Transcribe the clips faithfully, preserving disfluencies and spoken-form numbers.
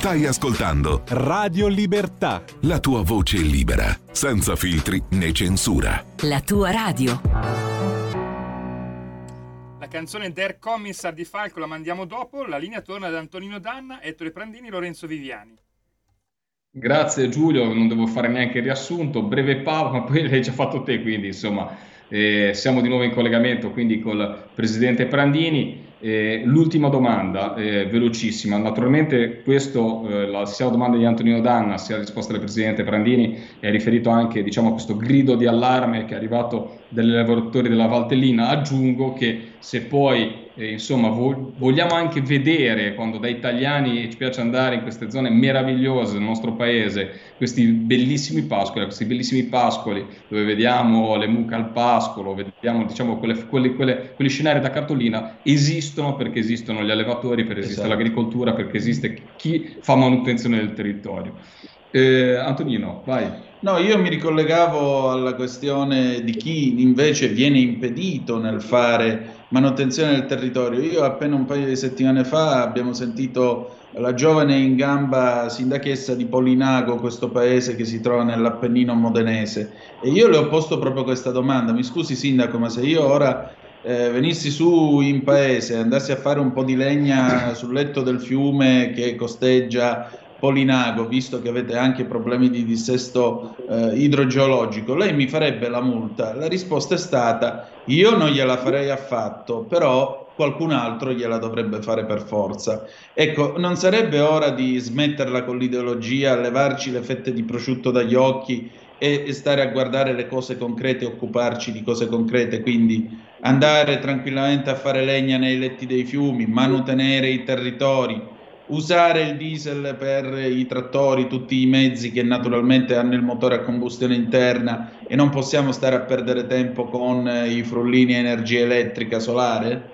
Stai ascoltando Radio Libertà, la tua voce libera, senza filtri né censura. La tua radio. La canzone Der Kommissar di Falco la mandiamo dopo. La linea torna ad Antonino Danna, Ettore Prandini, Lorenzo Viviani. Grazie Giulio, non devo fare neanche il riassunto, breve pausa, ma poi l'hai già fatto te, quindi insomma eh, siamo di nuovo in collegamento quindi col presidente Prandini. Eh, l'ultima domanda, eh, velocissima, naturalmente questo, eh, la, sia la domanda di Antonino Danna sia la risposta del presidente Prandini è riferito anche, diciamo, a questo grido di allarme che è arrivato dai lavoratori della Valtellina. Aggiungo che se poi eh, insomma vo- vogliamo anche vedere, quando da italiani ci piace andare in queste zone meravigliose del nostro paese, questi bellissimi pascoli, questi bellissimi pascoli dove vediamo le mucche al pascolo, vediamo, diciamo, quelle, quelle, quelle, quegli scenari da cartolina, esistono perché esistono gli allevatori, perché esiste esatto. l'agricoltura, perché esiste chi fa manutenzione del territorio. Eh, Antonino, vai. No, io mi ricollegavo alla questione di chi invece viene impedito nel fare manutenzione del territorio. Io appena un paio di settimane fa abbiamo sentito la giovane in gamba sindachessa di Polinago, questo paese che si trova nell'Appennino modenese, e io le ho posto proprio questa domanda: mi scusi sindaco, ma se io ora eh, venissi su in paese e andassi a fare un po' di legna sul letto del fiume che costeggia Polinago, visto che avete anche problemi di dissesto eh, idrogeologico, lei mi farebbe la multa? La risposta è stata: io non gliela farei affatto, però qualcun altro gliela dovrebbe fare per forza. Ecco, non sarebbe ora di smetterla con l'ideologia, levarci le fette di prosciutto dagli occhi e, e stare a guardare le cose concrete, occuparci di cose concrete, quindi andare tranquillamente a fare legna nei letti dei fiumi, manutenere i territori, usare il diesel per i trattori, tutti i mezzi che naturalmente hanno il motore a combustione interna, e non possiamo stare a perdere tempo con i frullini a energia elettrica solare?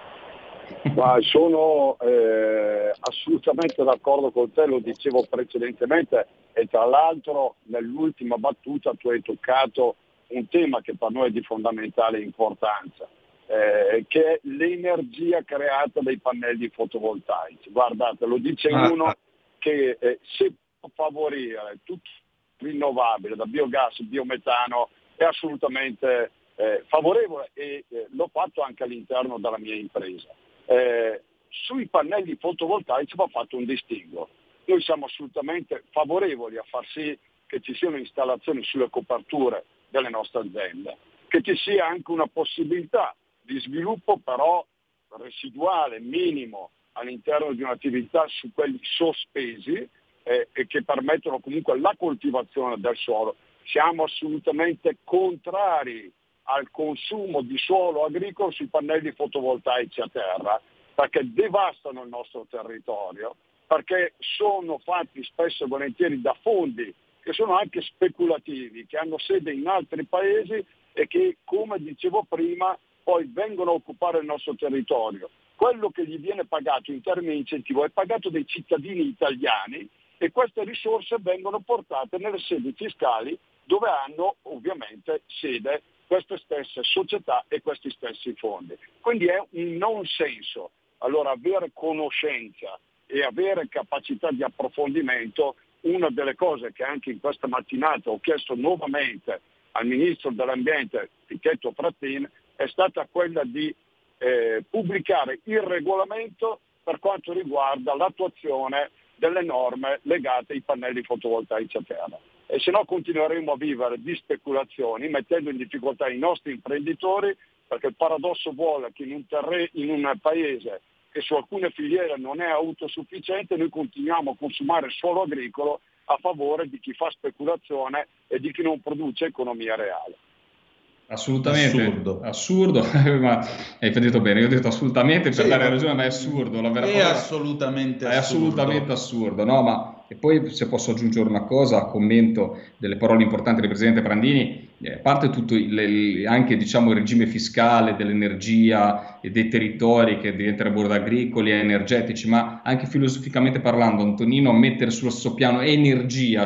Ma sono eh, assolutamente d'accordo con te, lo dicevo precedentemente, e tra l'altro nell'ultima battuta tu hai toccato un tema che per noi è di fondamentale importanza. Eh, che è l'energia creata dai pannelli fotovoltaici. Guardate, lo dice uno che eh, se può favorire tutto rinnovabile, da biogas, biometano, è assolutamente eh, favorevole, e eh, l'ho fatto anche all'interno della mia impresa. Eh, sui pannelli fotovoltaici va fatto un distinguo. Noi siamo assolutamente favorevoli a far sì che ci siano installazioni sulle coperture delle nostre aziende, che ci sia anche una possibilità di sviluppo però residuale, minimo, all'interno di un'attività su quelli sospesi eh, e che permettono comunque la coltivazione del suolo. Siamo assolutamente contrari al consumo di suolo agricolo sui pannelli fotovoltaici a terra, perché devastano il nostro territorio, perché sono fatti spesso e volentieri da fondi che sono anche speculativi, che hanno sede in altri paesi e che, come dicevo prima, poi vengono a occupare il nostro territorio. Quello che gli viene pagato in termini di incentivo è pagato dai cittadini italiani, e queste risorse vengono portate nelle sedi fiscali dove hanno ovviamente sede queste stesse società e questi stessi fondi. Quindi è un non senso. Allora, avere conoscenza e avere capacità di approfondimento, una delle cose che anche in questa mattinata ho chiesto nuovamente al Ministro dell'Ambiente, Pichetto Fratin, è stata quella di eh, pubblicare il regolamento per quanto riguarda l'attuazione delle norme legate ai pannelli fotovoltaici a terra. E se no continueremo a vivere di speculazioni, mettendo in difficoltà i nostri imprenditori, perché il paradosso vuole che in un, terre- in un paese che su alcune filiere non è autosufficiente, noi continuiamo a consumare suolo agricolo a favore di chi fa speculazione e di chi non produce economia reale. Assolutamente assurdo, assurdo. Ma hai detto bene, io ho detto assolutamente per sì, dare ma ragione, ma è assurdo, la vera è parola, assolutamente è assurdo. assolutamente assurdo, no? Ma e poi, se posso aggiungere una cosa a commento delle parole importanti del presidente Prandini, eh, a parte tutto il, il- anche, diciamo, il regime fiscale dell'energia e dei territori che diventerebbero da agricoli a energetici, ma anche filosoficamente parlando, Antonino, mettere sullo stesso piano energia, cioè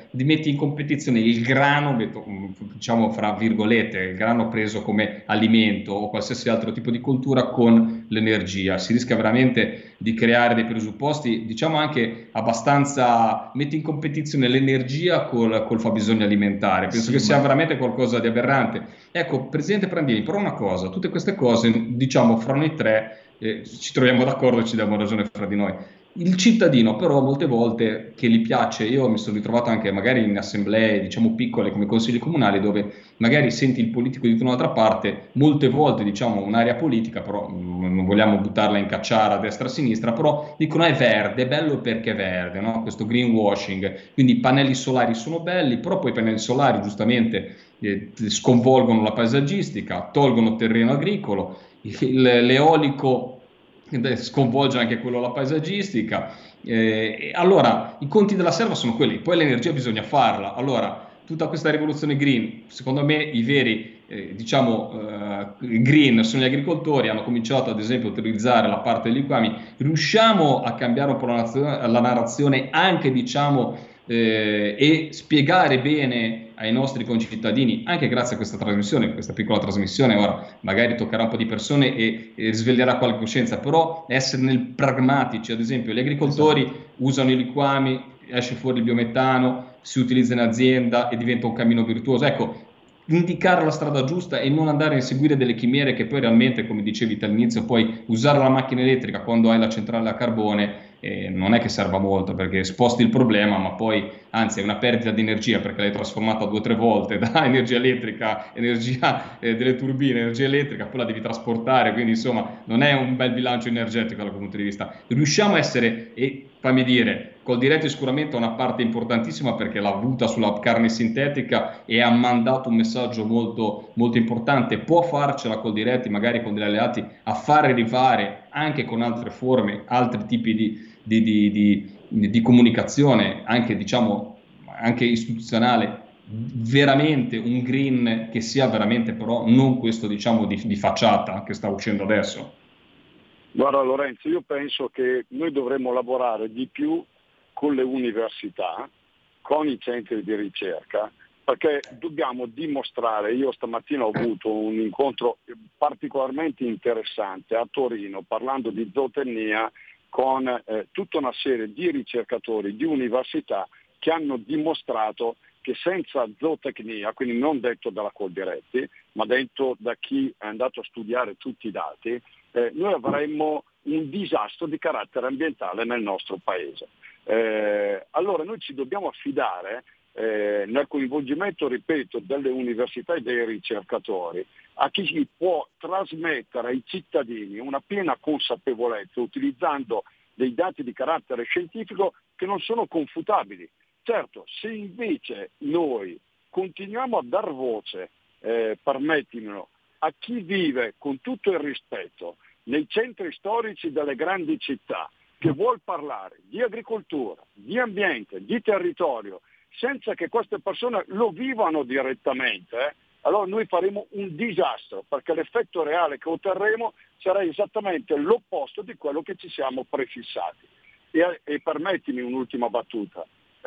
di metti in competizione il grano, diciamo fra virgolette, il grano preso come alimento o qualsiasi altro tipo di coltura con l'energia. Si rischia veramente di creare dei presupposti, diciamo anche abbastanza, metti in competizione l'energia col, col fabbisogno alimentare. Penso sì, che sia veramente qualcosa di aberrante. Ecco, Presidente Prandini, però una cosa, tutte queste cose, diciamo, fra noi tre eh, ci troviamo d'accordo e ci diamo ragione fra di noi. Il cittadino però molte volte che gli piace, io mi sono ritrovato anche magari in assemblee diciamo piccole come consigli comunali dove magari senti il politico di un'altra parte, molte volte diciamo un'area politica, però non vogliamo buttarla in cacciara a destra a sinistra, però dicono è verde, è bello perché è verde, no? Questo greenwashing, quindi i pannelli solari sono belli, però poi i pannelli solari giustamente eh, sconvolgono la paesaggistica, tolgono terreno agricolo, il, l'eolico sconvolge anche quello la paesaggistica. Eh, allora i conti della serva sono quelli, poi l'energia bisogna farla. Allora tutta questa rivoluzione green, secondo me i veri eh, diciamo eh, green sono gli agricoltori, hanno cominciato ad esempio a utilizzare la parte degli liquami. Riusciamo a cambiare un po' la, nazione, la narrazione anche diciamo eh, e spiegare bene ai nostri concittadini, anche grazie a questa trasmissione, questa piccola trasmissione, ora magari toccherà un po' di persone e, e risveglierà qualche coscienza, però essere nel pragmatici, ad esempio gli agricoltori esatto. usano i liquami, esce fuori il biometano, si utilizza in azienda e diventa un cammino virtuoso. Ecco, indicare la strada giusta e non andare a inseguire delle chimere che poi realmente, come dicevi all'inizio, poi usare la macchina elettrica quando hai la centrale a carbone eh, non è che serva molto, perché sposti il problema, ma poi anzi è una perdita di energia perché l'hai trasformata due o tre volte da energia elettrica, energia eh, delle turbine, energia elettrica, poi la devi trasportare, quindi insomma non è un bel bilancio energetico dal punto di vista. Riusciamo a essere, e fammi dire, Coldiretti sicuramente ha una parte importantissima perché l'ha avuta sulla carne sintetica e ha mandato un messaggio molto, molto importante. Può farcela Coldiretti, magari con degli alleati, a far arrivare anche con altre forme, altri tipi di, di, di, di, di comunicazione, anche diciamo anche istituzionale, veramente un green che sia veramente però non questo diciamo di, di facciata che sta uscendo adesso. Guarda Lorenzo, io penso che noi dovremmo lavorare di più con le università, con i centri di ricerca, perché dobbiamo dimostrare, io stamattina ho avuto un incontro particolarmente interessante a Torino parlando di zootecnia con eh, tutta una serie di ricercatori di università che hanno dimostrato che senza zootecnia, quindi non detto dalla Coldiretti, ma detto da chi è andato a studiare tutti i dati, eh, noi avremmo un disastro di carattere ambientale nel nostro paese. Eh, allora noi ci dobbiamo affidare eh, nel coinvolgimento, ripeto, delle università e dei ricercatori a chi può trasmettere ai cittadini una piena consapevolezza utilizzando dei dati di carattere scientifico che non sono confutabili. Certo, se invece noi continuiamo a dar voce, eh, permettimelo, a chi vive con tutto il rispetto nei centri storici delle grandi città, che vuol parlare di agricoltura, di ambiente, di territorio, senza che queste persone lo vivano direttamente, eh, allora noi faremo un disastro, perché l'effetto reale che otterremo sarà esattamente l'opposto di quello che ci siamo prefissati. E, e permettimi un'ultima battuta,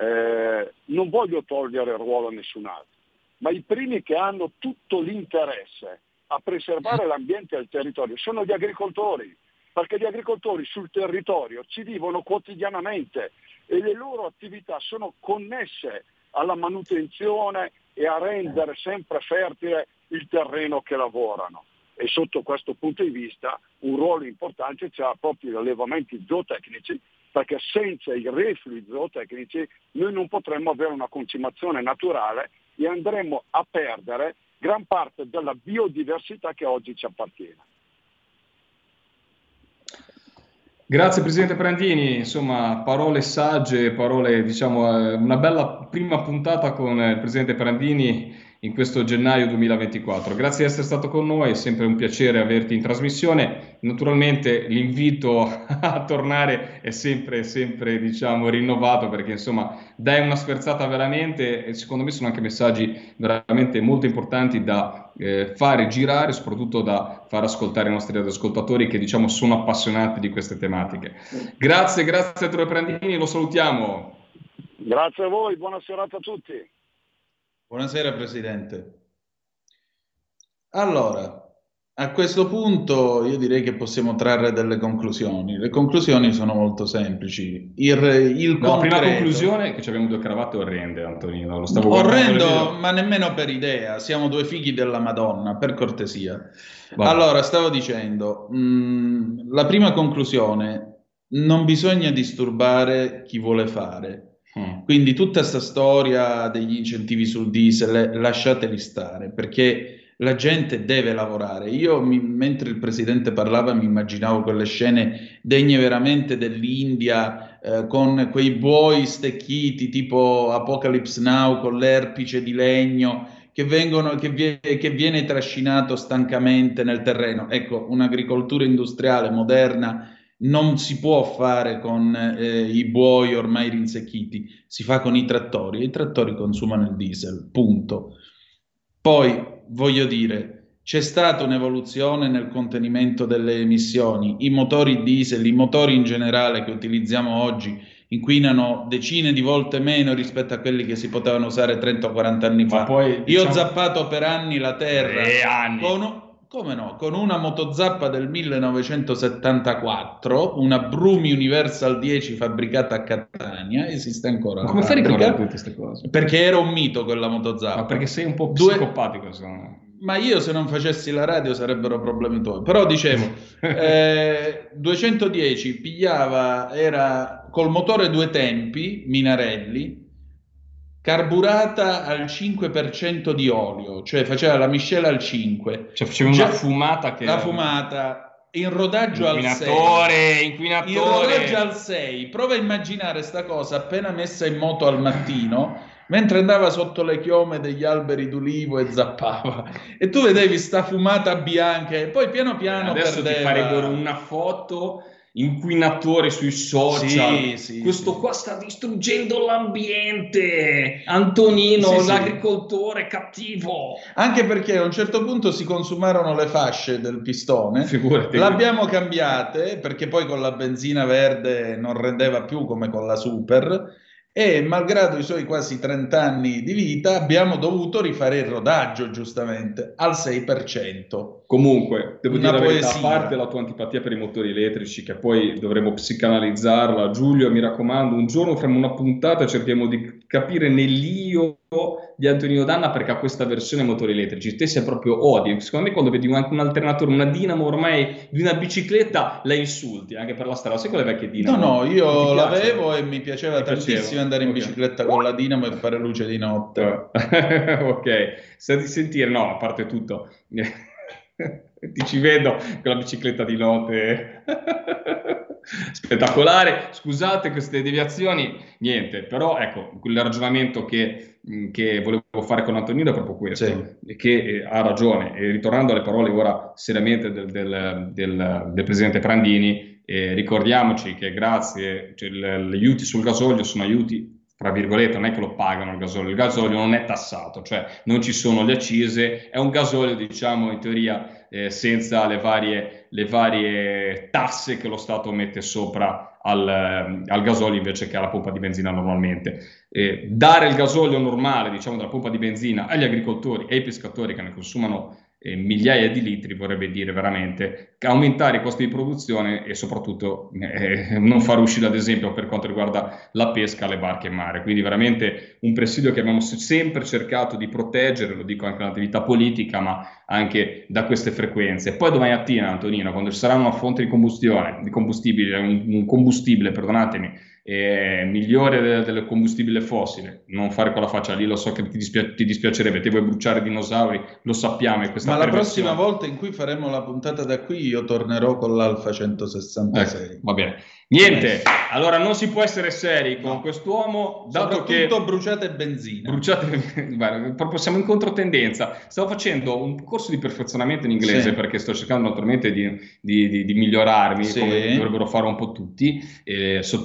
eh, non voglio togliere il ruolo a nessun altro, ma i primi che hanno tutto l'interesse a preservare l'ambiente e il territorio sono gli agricoltori, perché gli agricoltori sul territorio ci vivono quotidianamente e le loro attività sono connesse alla manutenzione e a rendere sempre fertile il terreno che lavorano. E sotto questo punto di vista un ruolo importante c'ha proprio gli allevamenti zootecnici, perché senza i reflui zootecnici noi non potremmo avere una concimazione naturale e andremo a perdere gran parte della biodiversità che oggi ci appartiene. Grazie Presidente Prandini, insomma parole sagge, parole diciamo una bella prima puntata con il Presidente Prandini in questo gennaio duemilaventiquattro. Grazie di essere stato con noi, è sempre un piacere averti in trasmissione. Naturalmente l'invito a tornare è sempre, sempre diciamo rinnovato perché insomma dai una sferzata veramente e secondo me sono anche messaggi veramente molto importanti da eh, fare girare, soprattutto da far ascoltare i nostri ascoltatori che diciamo sono appassionati di queste tematiche. Grazie, grazie a Ettore Prandini, lo salutiamo. Grazie a voi, buona serata a tutti. Buonasera Presidente. Allora, a questo punto io direi che possiamo trarre delle conclusioni. Le conclusioni sono molto semplici. Il, il No, concreto... prima conclusione che abbiamo due cravatte orrende, Antonino. Lo stavo Orrendo, ma nemmeno per idea. Siamo due fighi della Madonna, per cortesia. Vabbè. Allora, stavo dicendo, mh, la prima conclusione, non bisogna disturbare chi vuole fare. Mm. Quindi tutta questa storia degli incentivi sul diesel, lasciateli stare, perché la gente deve lavorare. Io, mi, mentre il Presidente parlava, mi immaginavo quelle scene degne veramente dell'India, eh, con quei buoi stecchiti tipo Apocalypse Now, con l'erpice di legno, che, vengono, che, vie, che viene trascinato stancamente nel terreno. Ecco, un'agricoltura industriale moderna non si può fare con eh, i buoi ormai rinsecchiti, si fa con i trattori, e i trattori consumano il diesel, punto. Poi, voglio dire, c'è stata un'evoluzione nel contenimento delle emissioni, i motori diesel, i motori in generale che utilizziamo oggi inquinano decine di volte meno rispetto a quelli che si potevano usare trenta o quaranta anni fa. Ma poi, Io diciamo... ho zappato per anni la terra Tre anni. con... Come no? Con una motozappa del millenovecentosettantaquattro, una Brumi Universal dieci fabbricata a Catania, esiste ancora. Ma come fai a ricordare tutte queste cose? Perché era un mito quella motozappa. Ma perché sei un po' Due... psicopatico, insomma. Ma io se non facessi la radio sarebbero problemi tuoi. Però dicevo, eh, duecentodieci pigliava, era col motore due tempi, Minarelli, carburata al cinque per cento di olio, cioè faceva la miscela al cinque. Cioè faceva una fumata che... La fumata, in rodaggio al sei. Inquinatore, inquinatore. In rodaggio al sei. Prova a immaginare sta cosa appena messa in moto al mattino, mentre andava sotto le chiome degli alberi d'ulivo e zappava. E tu vedevi sta fumata bianca e poi piano piano adesso perdeva... ti farebbero una foto... inquinatore sui social, sì, sì, questo sì. qua sta distruggendo l'ambiente, Antonino, sì, sì. l'agricoltore cattivo. Anche perché a un certo punto si consumarono le fasce del pistone. Figurati. L'abbiamo cambiate perché poi con la benzina verde non rendeva più come con la super, e malgrado i suoi quasi trenta anni di vita abbiamo dovuto rifare il rodaggio, giustamente, al sei per cento. Comunque, devo Una dire la verità, a poesia. parte la tua antipatia per i motori elettrici, che poi dovremo psicanalizzarla, Giulio, mi raccomando, un giorno faremo una puntata e cerchiamo di capire nell'io di Antonino Danna perché ha questa versione motori elettrici. Te sei proprio odi. Secondo me quando vedi anche un alternatore, una dinamo ormai di una bicicletta, la insulti, anche per la strada. Sai quelle vecchie dinamo? No, no, io Non ti piace? l'avevo e mi piaceva Mi tantissimo piaceva. andare in Ok. bicicletta con la dinamo e fare luce di notte. Ok, senti sentire, no, a parte tutto, ti ci vedo con la bicicletta di notte. Spettacolare, scusate queste deviazioni, niente, però ecco, il ragionamento che, che volevo fare con Antonino è proprio questo, Sì. che eh, ha ragione, e ritornando alle parole ora seriamente del, del, del, del Presidente Prandini, eh, ricordiamoci che grazie, cioè, gli aiuti sul gasolio sono aiuti, tra virgolette, non è che lo pagano il gasolio, il gasolio non è tassato, cioè non ci sono le accise, è un gasolio, diciamo, in teoria eh, senza le varie, le varie tasse che lo Stato mette sopra al, al gasolio invece che alla pompa di benzina normalmente. Eh, dare il gasolio normale, diciamo, dalla pompa di benzina agli agricoltori e ai pescatori che ne consumano eh, migliaia di litri vorrebbe dire veramente aumentare i costi di produzione e soprattutto eh, non far uscire, ad esempio, per quanto riguarda la pesca, le barche in mare. Quindi veramente un presidio che abbiamo sempre cercato di proteggere, lo dico anche nell'attività politica, ma anche da queste frequenze. Poi domani mattina, Antonino, quando ci sarà una fonte di combustione, di combustibile, un, un combustibile, perdonatemi, eh, migliore del, del combustibile fossile, non fare quella faccia lì, lo so che ti, dispia- ti dispiacerebbe, te vuoi bruciare dinosauri, lo sappiamo. Questa Ma la perversione. prossima volta in cui faremo la puntata da qui io tornerò con l'Alfa centosessantasei. Ecco, va bene. Niente, allora non si può essere seri con No. quest'uomo, dato Soprattutto che bruciate benzina. bruciate, guarda, proprio siamo in controtendenza. Stavo facendo un corso di perfezionamento in inglese Sì. perché sto cercando naturalmente di, di, di, di migliorarmi, Sì. come dovrebbero fare un po' tutti, eh, sottolineo,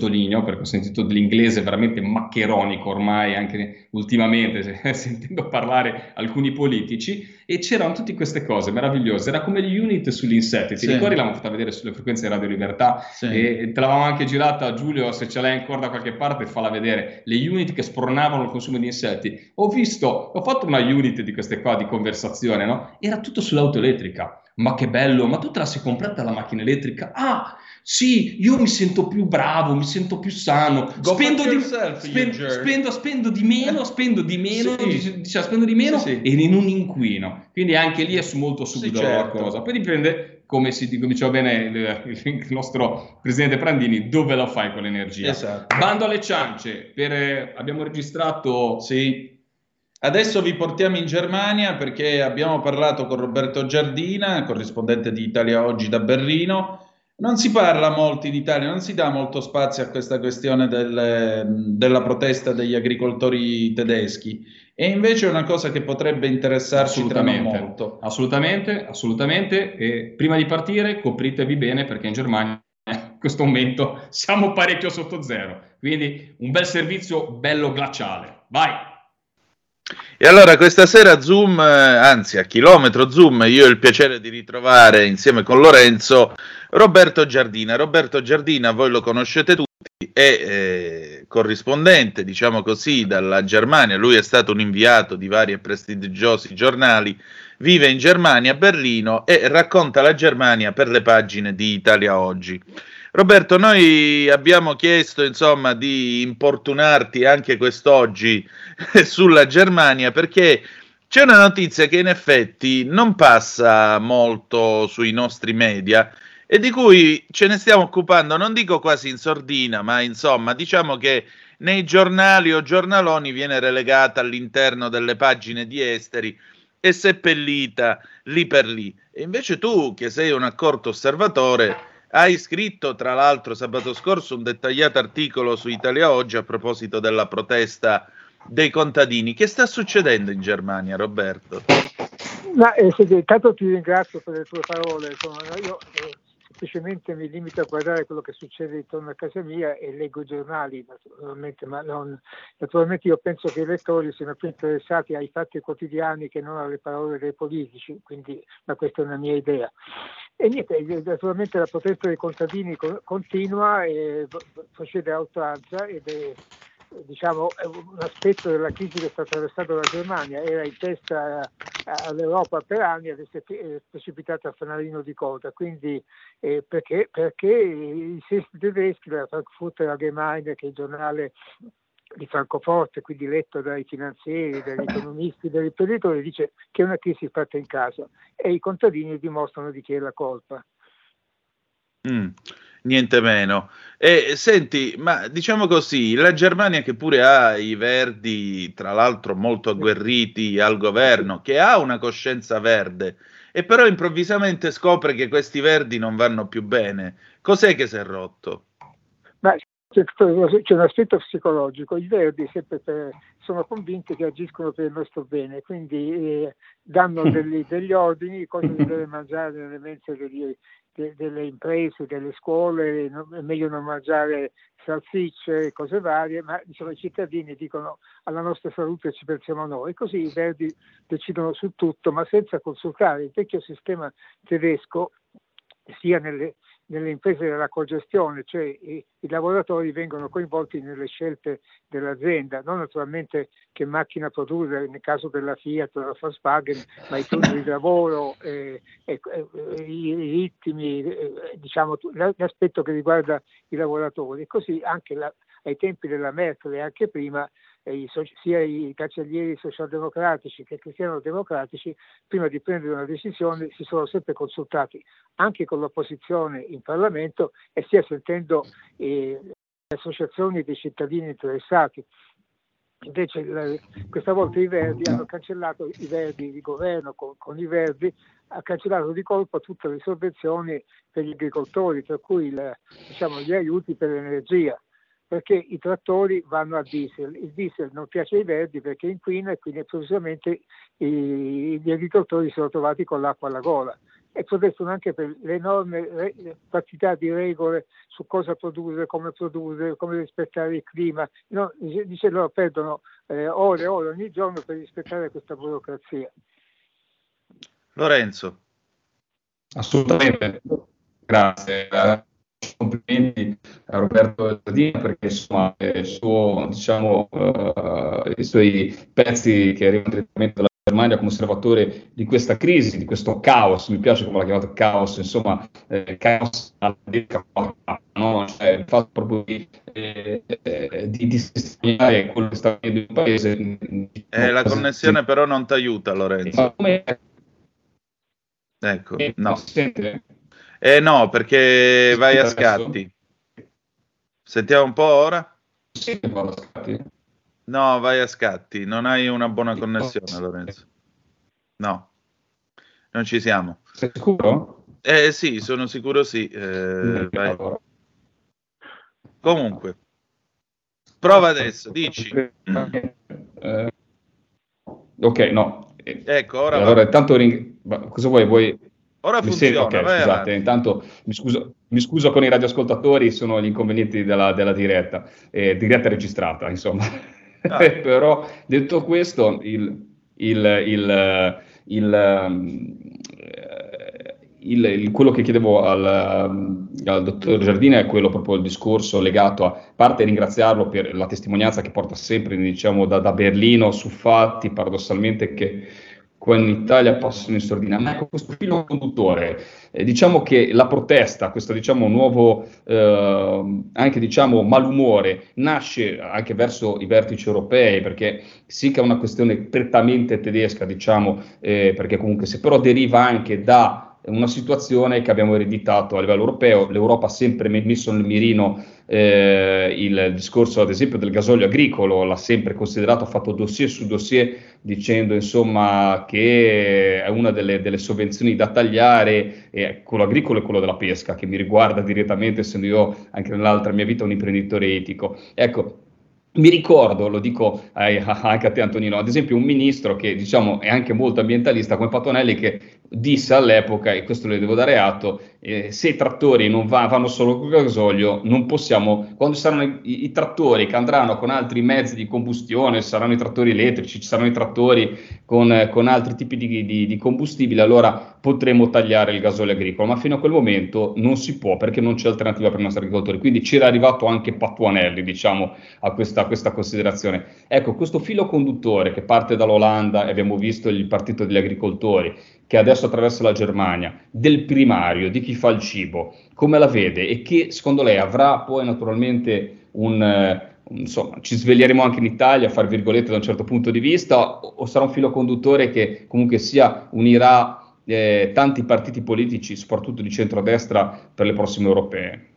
perché ho sentito dell'inglese veramente maccheronico ormai, anche ultimamente, sentendo parlare alcuni politici, e c'erano tutte queste cose meravigliose, era come gli unit sugli insetti, ti Sì. ricordi? L'avevamo fatta vedere sulle frequenze di Radio Libertà, Sì. e te l'avevamo anche girata, Giulio, se ce l'hai ancora da qualche parte falla vedere, le unit che spronavano il consumo di insetti. Ho visto, ho fatto una unit di queste qua di conversazione, no? Era tutto sull'auto elettrica. Ma che bello, ma tu te la sei comprata la macchina elettrica? Ah, sì, io mi sento più bravo, mi sento più sano, Go spendo fuck di, yourself, you spen- jerk. spendo, spendo di meno, spendo di meno, Sì. dice- diceva, spendo di meno Sì, sì. e in un inquino. Quindi anche lì è su molto subdolo Sì, la certo. cosa. Poi dipende, come, si, come diceva bene il, il nostro presidente Prandini, dove la fai quell'energia. Esatto. Bando alle ciance, per, eh, abbiamo registrato... Sì. Adesso vi portiamo in Germania perché abbiamo parlato con Roberto Giardina, corrispondente di Italia Oggi da Berlino. Non si parla molto in Italia, non si dà molto spazio a questa questione del, della protesta degli agricoltori tedeschi, e invece è una cosa che potrebbe interessarci tra non Assolutamente, molto. assolutamente, assolutamente. E prima di partire copritevi bene perché in Germania in questo momento siamo parecchio sotto zero, quindi un bel servizio bello glaciale. Vai! E allora questa sera Zoom, anzi a chilometro Zoom, io ho il piacere di ritrovare insieme con Lorenzo Roberto Giardina. Roberto Giardina, voi lo conoscete tutti, è eh, corrispondente, diciamo così, dalla Germania. Lui è stato un inviato di vari e prestigiosi giornali, vive in Germania, a Berlino, e racconta la Germania per le pagine di Italia Oggi. Roberto, noi abbiamo chiesto insomma di importunarti anche quest'oggi sulla Germania perché c'è una notizia che in effetti non passa molto sui nostri media e di cui ce ne stiamo occupando, non dico quasi in sordina, ma insomma diciamo che nei giornali o giornaloni viene relegata all'interno delle pagine di esteri e seppellita lì per lì. E invece tu, che sei un accorto osservatore, hai scritto tra l'altro sabato scorso un dettagliato articolo su Italia Oggi a proposito della protesta dei contadini. Che sta succedendo in Germania, Roberto? Ma, eh, intanto ti ringrazio per le tue parole. Insomma, io eh, semplicemente mi limito a guardare quello che succede intorno a casa mia e leggo i giornali, naturalmente, ma non, naturalmente io penso che i lettori siano più interessati ai fatti quotidiani che non alle parole dei politici, quindi, ma questa è una mia idea. E niente, naturalmente la protesta dei contadini continua e procede a oltranza ed è, diciamo, è un aspetto della crisi che sta attraversando la Germania. Era in testa all'Europa per anni, adesso è precipitata a fanalino di coda. Quindi eh, perché? Perché i sesti tedeschi, la Frankfurter Allgemeine, che è il giornale di Francoforte, quindi letto dai finanzieri, dagli economisti, dagli imprenditori, dice che è una crisi fatta in casa e i contadini dimostrano di chi è la colpa. Mm, niente meno. E senti, ma diciamo così, la Germania, che pure ha i verdi, tra l'altro molto agguerriti al governo, che ha una coscienza verde, e però improvvisamente scopre che questi verdi non vanno più bene. Cos'è che si è rotto? Ma c'è un aspetto psicologico. I verdi sempre per, sono convinti che agiscono per il nostro bene, quindi eh, danno degli, degli ordini, cosa si deve mangiare nelle mense degli, de, delle imprese, delle scuole, non, è meglio non mangiare salsicce, cose varie, ma diciamo, i cittadini dicono alla nostra salute ci pensiamo noi, così i verdi decidono su tutto, ma senza consultare il vecchio sistema tedesco, sia nelle nelle imprese della cogestione, cioè i, i lavoratori vengono coinvolti nelle scelte dell'azienda, non naturalmente che macchina produrre nel caso della Fiat o della Volkswagen, ma i turni di lavoro, eh, eh, eh, i, i ritmi, eh, diciamo l'aspetto che riguarda i lavoratori. E così anche la, ai tempi della Merkel e anche prima, eh, sia i cancellieri socialdemocratici che cristiano-democratici, prima di prendere una decisione si sono sempre consultati anche con l'opposizione in Parlamento e sia sentendo eh, le associazioni dei cittadini interessati. Invece la, questa volta i Verdi hanno cancellato, i Verdi di governo con, con i Verdi, ha cancellato di colpo tutte le sovvenzioni per gli agricoltori, per cui la, diciamo, gli aiuti per l'energia, perché i trattori vanno a diesel. Il diesel non piace ai Verdi perché inquina e quindi improvvisamente i, gli agricoltori si sono trovati con l'acqua alla gola. e protestano anche per l'enorme re- quantità di regole su cosa produrre, come produrre, come rispettare il clima. No, dice, dice loro perdono eh, ore e ore ogni giorno per rispettare questa burocrazia. Lorenzo. Assolutamente, grazie. Complimenti a Roberto Giardina perché insomma il suo, diciamo, uh, i suoi pezzi che arrivano direttamente dalla Germania come osservatore di questa crisi, di questo caos, mi piace come l'ha chiamato caos, insomma, eh, caos no? Cioè, il fatto proprio di, eh, di, di sistemare quello che sta avvenendo in un paese. Eh, la connessione però non ti aiuta, Lorenzo. Ecco, no. Eh no, perché vai a scatti. Sentiamo un po' ora? Sì, vado a scatti. No, vai a scatti. Non hai una buona connessione, Lorenzo. No, non ci siamo. Sei sicuro? Eh sì, sono sicuro sì. Eh, vai. Comunque, prova adesso, dici. Eh, ok, no. Ecco, ora allora, va. intanto ring... cosa vuoi? Vuoi... Ora mi funziona, senti... ok, vai scusate, avanti. intanto mi scuso, mi scuso con i radioascoltatori, sono gli inconvenienti della, della diretta, eh, diretta registrata, insomma. Ah. Però, detto questo, il, il, il, il, um, il, il quello che chiedevo al, al dottor Giardina è quello proprio il discorso legato a parte ringraziarlo per la testimonianza che porta sempre, diciamo, da, da Berlino su fatti paradossalmente che qua in Italia passano in sordina, ma ecco questo filo conduttore, eh, diciamo che la protesta, questo diciamo nuovo eh, anche diciamo malumore nasce anche verso i vertici europei, perché sì che è una questione prettamente tedesca, diciamo, eh, perché comunque se però deriva anche da una situazione che abbiamo ereditato a livello europeo, l'Europa ha sempre messo nel mirino eh, il discorso ad esempio del gasolio agricolo, l'ha sempre considerato, ha fatto dossier su dossier dicendo insomma che è una delle, delle sovvenzioni da tagliare, eh, quello agricolo e quello della pesca, che mi riguarda direttamente essendo io anche nell'altra mia vita un imprenditore etico. Ecco, mi ricordo, lo dico eh, anche a te Antonino, ad esempio un ministro che diciamo è anche molto ambientalista come Patuanelli che disse all'epoca, e questo le devo dare atto, eh, se i trattori non va, vanno solo con gasolio, non possiamo, quando saranno i, i trattori che andranno con altri mezzi di combustione, saranno i trattori elettrici, ci saranno i trattori con, eh, con altri tipi di, di, di combustibile, allora potremo tagliare il gasolio agricolo, ma fino a quel momento non si può perché non c'è alternativa per i nostri agricoltori, quindi c'era arrivato anche Patuanelli, diciamo, a questa, a questa considerazione. Ecco, questo filo conduttore che parte dall'Olanda, e abbiamo visto il partito degli agricoltori, che adesso attraversa la Germania, del primario, di chi fa il cibo, come la vede e che secondo lei avrà poi naturalmente un, eh, insomma, ci sveglieremo anche in Italia, fra virgolette da un certo punto di vista, o, o sarà un filo conduttore che comunque sia unirà eh, tanti partiti politici, soprattutto di centrodestra, per le prossime europee?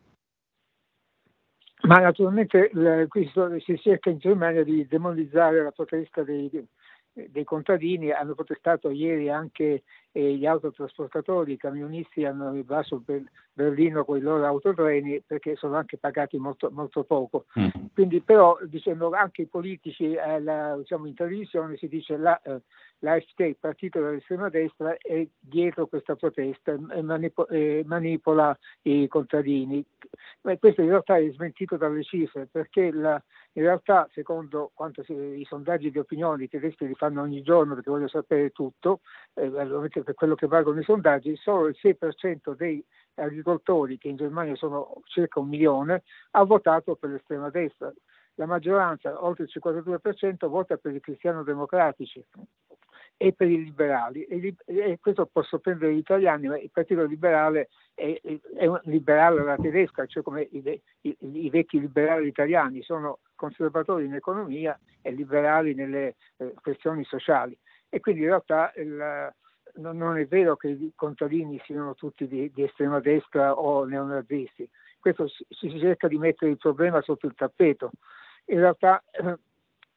Ma naturalmente eh, questo, si cerca in Germania di demonizzare la protesta dei, dei contadini. Hanno protestato ieri anche eh, gli autotrasportatori, i camionisti hanno invaso per Berlino con i loro autotreni perché sono anche pagati molto, molto poco. Mm. Quindi però dicendo anche i politici eh, la, diciamo, in televisione si dice la, eh, l'A F D, il partito dell'estrema destra, è dietro questa protesta e manipo- eh, manipola i contadini. Ma questo in realtà è smentito dalle cifre, perché la, in realtà secondo quanto si, i sondaggi di opinione i tedeschi li fanno ogni giorno perché vogliono sapere tutto, eh, per quello che valgono i sondaggi, solo il sei per cento dei agricoltori, che in Germania sono circa un milione, ha votato per l'estrema destra. La maggioranza, oltre il cinquantadue per cento, vota per i cristiano-democratici e per i liberali, e, e questo può sorprendere gli italiani, ma il Partito Liberale è, è un liberale alla tedesca, cioè come i, i, i vecchi liberali italiani, sono conservatori in economia e liberali nelle eh, questioni sociali, e quindi in realtà il, non, non è vero che i contadini siano tutti di, di estrema destra o neonazisti. Questo si, si cerca di mettere il problema sotto il tappeto. In realtà eh,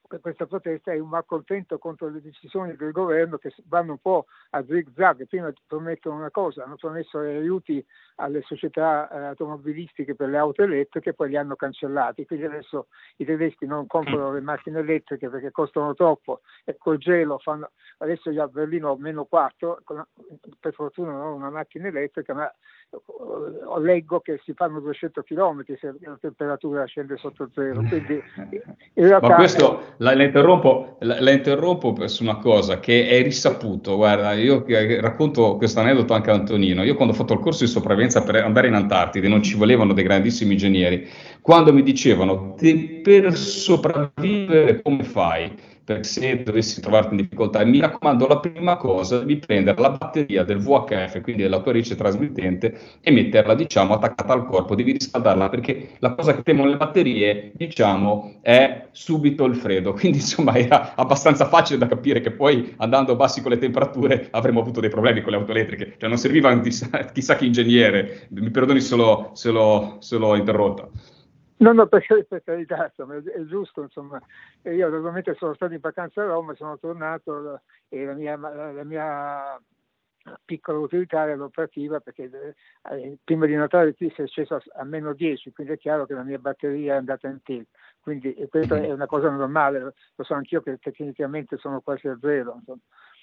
questa protesta è un malcontento contro le decisioni del governo che vanno un po' a zig-zag. Prima promettono una cosa, hanno promesso aiuti alle società eh, automobilistiche per le auto elettriche, poi li hanno cancellati, quindi adesso i tedeschi non comprano le macchine elettriche perché costano troppo e col gelo fanno, adesso io a Berlino ho meno quattro, per fortuna non ho una macchina elettrica, ma eh, leggo che si fanno duecento chilometri se la temperatura scende sotto zero, quindi in realtà... Ma questo... La, la, interrompo, la, la interrompo su una cosa che è risaputo. Guarda, io racconto questo aneddoto anche a Antonino. Io quando ho fatto il corso di sopravvivenza per andare in Antartide non ci volevano dei grandissimi ingegneri. Quando mi dicevano per sopravvivere come fai? Per se dovessi trovarti in difficoltà, mi raccomando, la prima cosa devi prendere la batteria del V H F, quindi della tua rete trasmittente, e metterla, diciamo, attaccata al corpo, devi riscaldarla, perché la cosa che temono le batterie, diciamo, è subito il freddo. Quindi insomma era abbastanza facile da capire che poi andando a bassi con le temperature avremmo avuto dei problemi con le auto elettriche, cioè non serviva un chissà che ingegnere. Mi perdoni se l'ho, se l'ho, se l'ho interrotta. No, no, per, per carità, insomma, è giusto, insomma. Io naturalmente sono stato in vacanza a Roma, sono tornato e la mia, la, la mia piccola utilitaria l'ho operativa perché eh, prima di Natale qui si è sceso a, a meno dieci, quindi è chiaro che la mia batteria è andata in tilt, quindi e questa è una cosa normale, lo so anch'io che tecnicamente sono quasi a zero, insomma.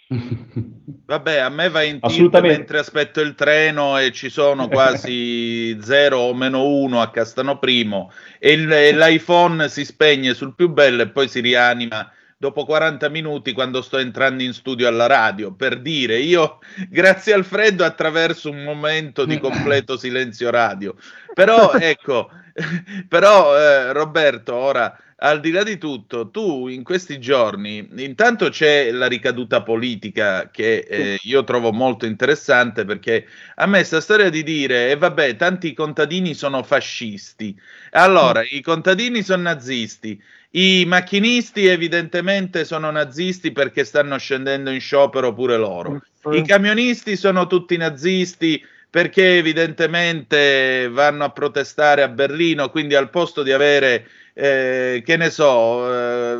Vabbè, a me va in tilt mentre aspetto il treno e ci sono quasi zero o meno uno a Castano Primo e, il, e l'iPhone si spegne sul più bello e poi si rianima dopo quaranta minuti quando sto entrando in studio alla radio, per dire, io grazie al freddo attraverso un momento di completo silenzio radio. Però ecco, però eh, Roberto, ora al di là di tutto, tu in questi giorni, intanto c'è la ricaduta politica che eh, io trovo molto interessante, perché a me sta storia di dire, e eh, vabbè, tanti contadini sono fascisti, allora i contadini sono nazisti, i macchinisti evidentemente sono nazisti perché stanno scendendo in sciopero pure loro, i camionisti sono tutti nazisti perché evidentemente vanno a protestare a Berlino, quindi al posto di avere Eh, che ne so, eh,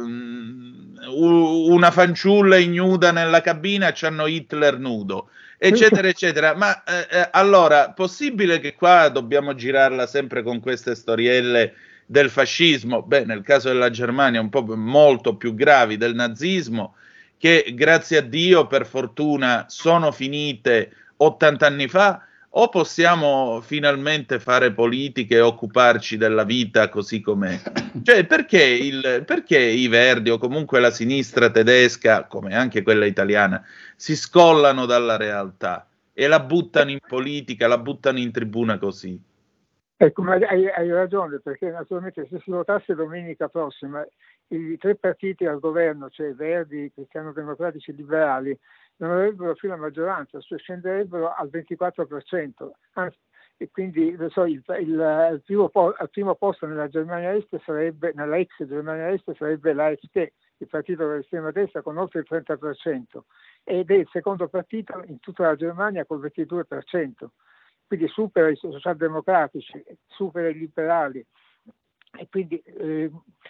una fanciulla ignuda nella cabina, c'hanno Hitler nudo, eccetera, eccetera. Ma eh, allora, possibile che qua dobbiamo girarla sempre con queste storielle del fascismo? Beh, nel caso della Germania un po' molto più gravi del nazismo, che grazie a Dio, per fortuna, sono finite ottanta anni fa. O possiamo finalmente fare politica e occuparci della vita così com'è? Cioè, perché, il, perché i Verdi o comunque la sinistra tedesca, come anche quella italiana, si scollano dalla realtà e la buttano in politica, la buttano in tribuna così? Ecco, ma hai, hai ragione, perché naturalmente se si votasse domenica prossima i tre partiti al governo, cioè Verdi, Cristiano-Democratici e Liberali, non avrebbero più la maggioranza, cioè scenderebbero al ventiquattro per cento. Anzi, e quindi so, il, il, il primo po- al primo posto nella Germania Est sarebbe, nella ex Germania Est sarebbe l'A F D, il partito dell'estrema destra, con oltre il trenta per cento, ed è il secondo partito in tutta la Germania col ventidue per cento. Quindi supera i socialdemocratici, supera i liberali. E quindi eh,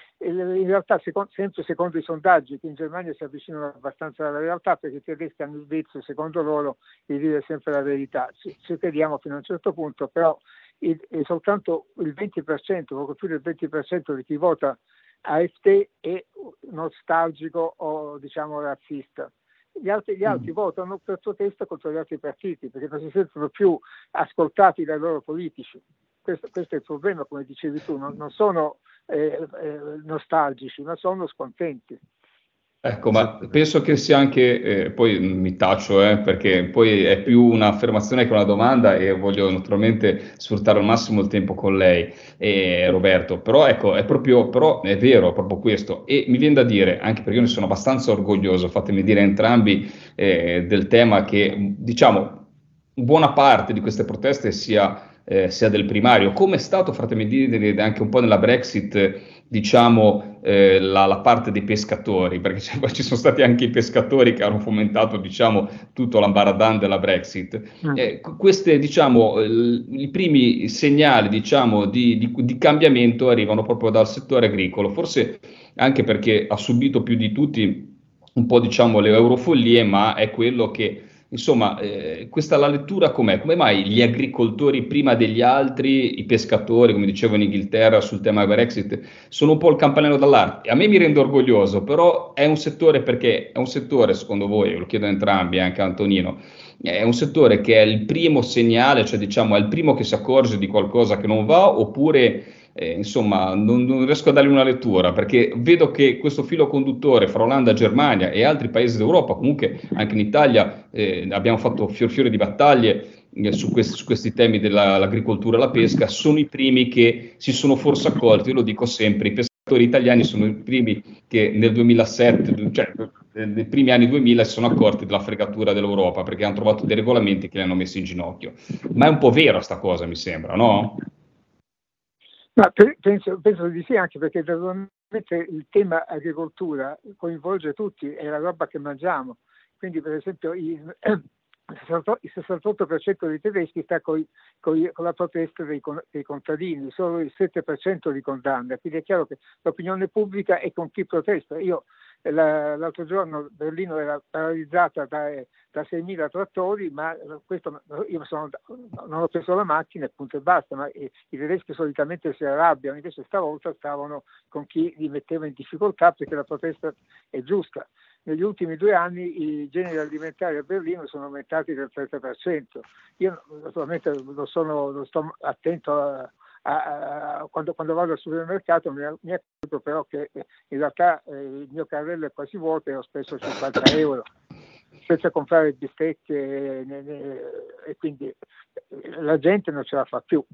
in realtà secondo, sempre secondo i sondaggi che in Germania si avvicinano abbastanza alla realtà, perché i tedeschi hanno il vizio secondo loro di dire sempre la verità, ci, ci crediamo fino a un certo punto, però il, è soltanto il venti per cento, poco più del venti per cento di chi vota A F D è nostalgico o diciamo razzista. Gli altri, gli altri mm. votano per protesta contro gli altri partiti perché non si sentono più ascoltati dai loro politici. Questo, questo è il problema, come dicevi tu, non, non sono eh, eh, nostalgici, ma sono scontenti. Ecco, ma penso che sia anche, eh, poi mi taccio, eh, perché poi è più un'affermazione che una domanda e voglio naturalmente sfruttare al massimo il tempo con lei, eh, Roberto, però ecco, è proprio, però è vero, è proprio questo, e mi viene da dire, anche perché io ne sono abbastanza orgoglioso, fatemi dire entrambi, eh, del tema che, diciamo, buona parte di queste proteste sia... Eh, sia del primario, come è stato, fatemi dire, anche un po' nella Brexit, diciamo, eh, la, la parte dei pescatori, perché ci sono stati anche i pescatori che hanno fomentato, diciamo, tutto l'ambaradan della Brexit. Mm. Eh, queste, diciamo, eh, i primi segnali, diciamo, di, di, di cambiamento arrivano proprio dal settore agricolo, forse anche perché ha subito più di tutti un po', diciamo, le eurofollie, ma è quello che, insomma, eh, questa la lettura com'è? Come mai gli agricoltori prima degli altri, i pescatori, come dicevo in Inghilterra sul tema Brexit, sono un po' il campanello d'allarme? A me mi rende orgoglioso, però è un settore, perché è un settore, secondo voi, lo chiedo a entrambi, anche a Antonino, è un settore che è il primo segnale, cioè diciamo è il primo che si accorge di qualcosa che non va, oppure eh, insomma non, non riesco a dargli una lettura, perché vedo che questo filo conduttore fra Olanda, Germania e altri paesi d'Europa, comunque anche in Italia eh, abbiamo fatto fior fiore di battaglie eh, su, questi, su questi temi dell'agricoltura e la pesca, sono i primi che si sono forse accorti, io lo dico sempre, i pescatori italiani sono i primi che nel duemilasette, cioè nei primi anni duemila, si sono accorti della fregatura dell'Europa, perché hanno trovato dei regolamenti che li hanno messi in ginocchio. Ma è un po' vero sta cosa, mi sembra, no? Ma penso, penso di sì, anche perché naturalmente il tema agricoltura coinvolge tutti, è la roba che mangiamo. Quindi per esempio il, il sessantotto per cento dei tedeschi sta coi, coi, con la protesta dei, dei contadini, solo il sette per cento li condanna. Quindi è chiaro che l'opinione pubblica è con chi protesta. Io la, l'altro giorno Berlino era paralizzata da, da seimila trattori, ma questo, io sono, non ho preso la macchina e punto e basta, ma i, i tedeschi solitamente si arrabbiano, invece stavolta stavano con chi li metteva in difficoltà perché la protesta è giusta. Negli ultimi due anni i generi alimentari a Berlino sono aumentati del trenta per cento. Io naturalmente lo, sono, lo sto attento a, a, a, quando, quando vado al supermercato, mi, mi accorgo però che in realtà eh, il mio carrello è quasi vuoto e ho speso cinquanta euro senza comprare bistecche ne, ne, e quindi la gente non ce la fa più.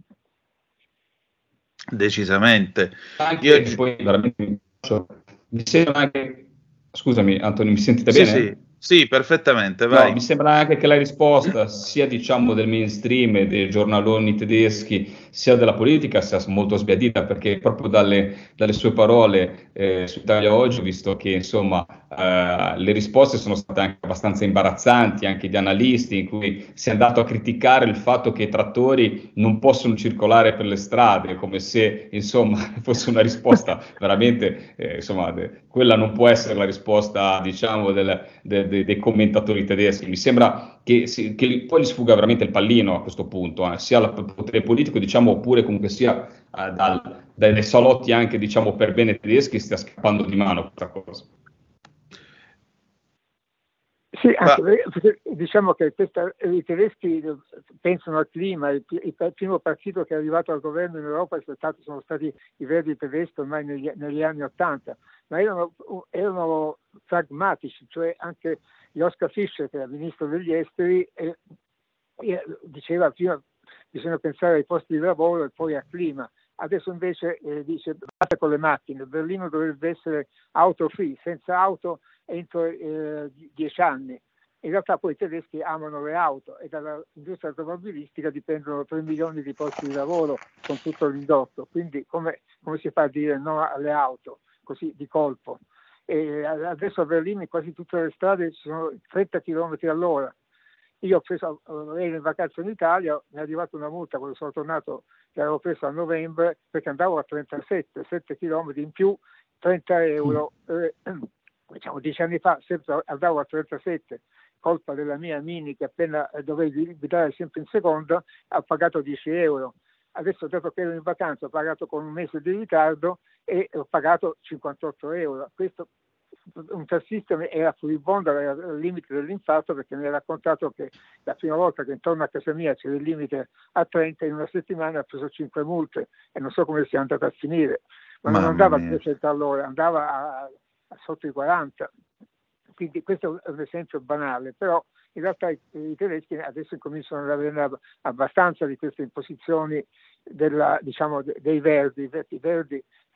Decisamente. Anche Io... poi veramente mi sembra anche... Scusami Antonio, mi sentite sì, bene? Sì, sì, perfettamente, vai. No, mi sembra anche che la risposta sia diciamo del mainstream e dei giornaloni tedeschi sia della politica sia molto sbiadita, perché proprio dalle, dalle sue parole eh, su Italia Oggi ho visto che insomma eh, le risposte sono state anche abbastanza imbarazzanti, anche di analisti, in cui si è andato a criticare il fatto che i trattori non possono circolare per le strade, come se insomma fosse una risposta veramente, eh, insomma, de, quella non può essere la risposta diciamo del, de, de, dei commentatori tedeschi. Mi sembra che, si, che poi gli sfuga veramente il pallino a questo punto, eh, sia il potere politico diciamo, oppure comunque sia eh, dal, dai salotti anche diciamo per bene tedeschi stia scappando di mano questa cosa. Sì, anche perché, diciamo che questa, i tedeschi pensano al clima, il, il primo partito che è arrivato al governo in Europa è stato, sono stati i Verdi tedeschi ormai negli, negli anni Ottanta, ma erano, erano pragmatici, cioè anche Joschka Fischer, che era ministro degli esteri, eh, diceva prima bisogna pensare ai posti di lavoro e poi al clima. Adesso invece eh, dice basta con le macchine, Berlino dovrebbe essere auto free, senza auto entro eh, dieci anni. In realtà poi i tedeschi amano le auto e dall'industria automobilistica dipendono tre milioni di posti di lavoro con tutto l'indotto. Quindi come, come si fa a dire no alle auto così di colpo? E adesso a Berlino in quasi tutte le strade ci sono trenta chilometri all'ora. Io ho preso, ero in vacanza in Italia, mi è arrivata una multa quando sono tornato, che avevo preso a novembre, perché andavo a trentasette, sette chilometri in più, trenta euro. Eh, diciamo dieci anni fa sempre andavo a trentasette, colpa della mia Mini che appena dovevi guidare sempre in seconda, ha pagato dieci euro. Adesso dato che ero in vacanza ho pagato con un mese di ritardo e ho pagato cinquantotto euro. Questo un tassista era furibondo, era al limite dell'infarto, perché mi ha raccontato che la prima volta che intorno a casa mia c'era il limite a trenta, in una settimana ha preso cinque multe e non so come sia andata a finire, ma Mamma non andava mia. a trecento all'ora, andava a, a sotto i quaranta. Quindi questo è un esempio banale, però in realtà i, i tedeschi adesso cominciano ad avere abbastanza di queste imposizioni della, diciamo, dei verdi. I verdi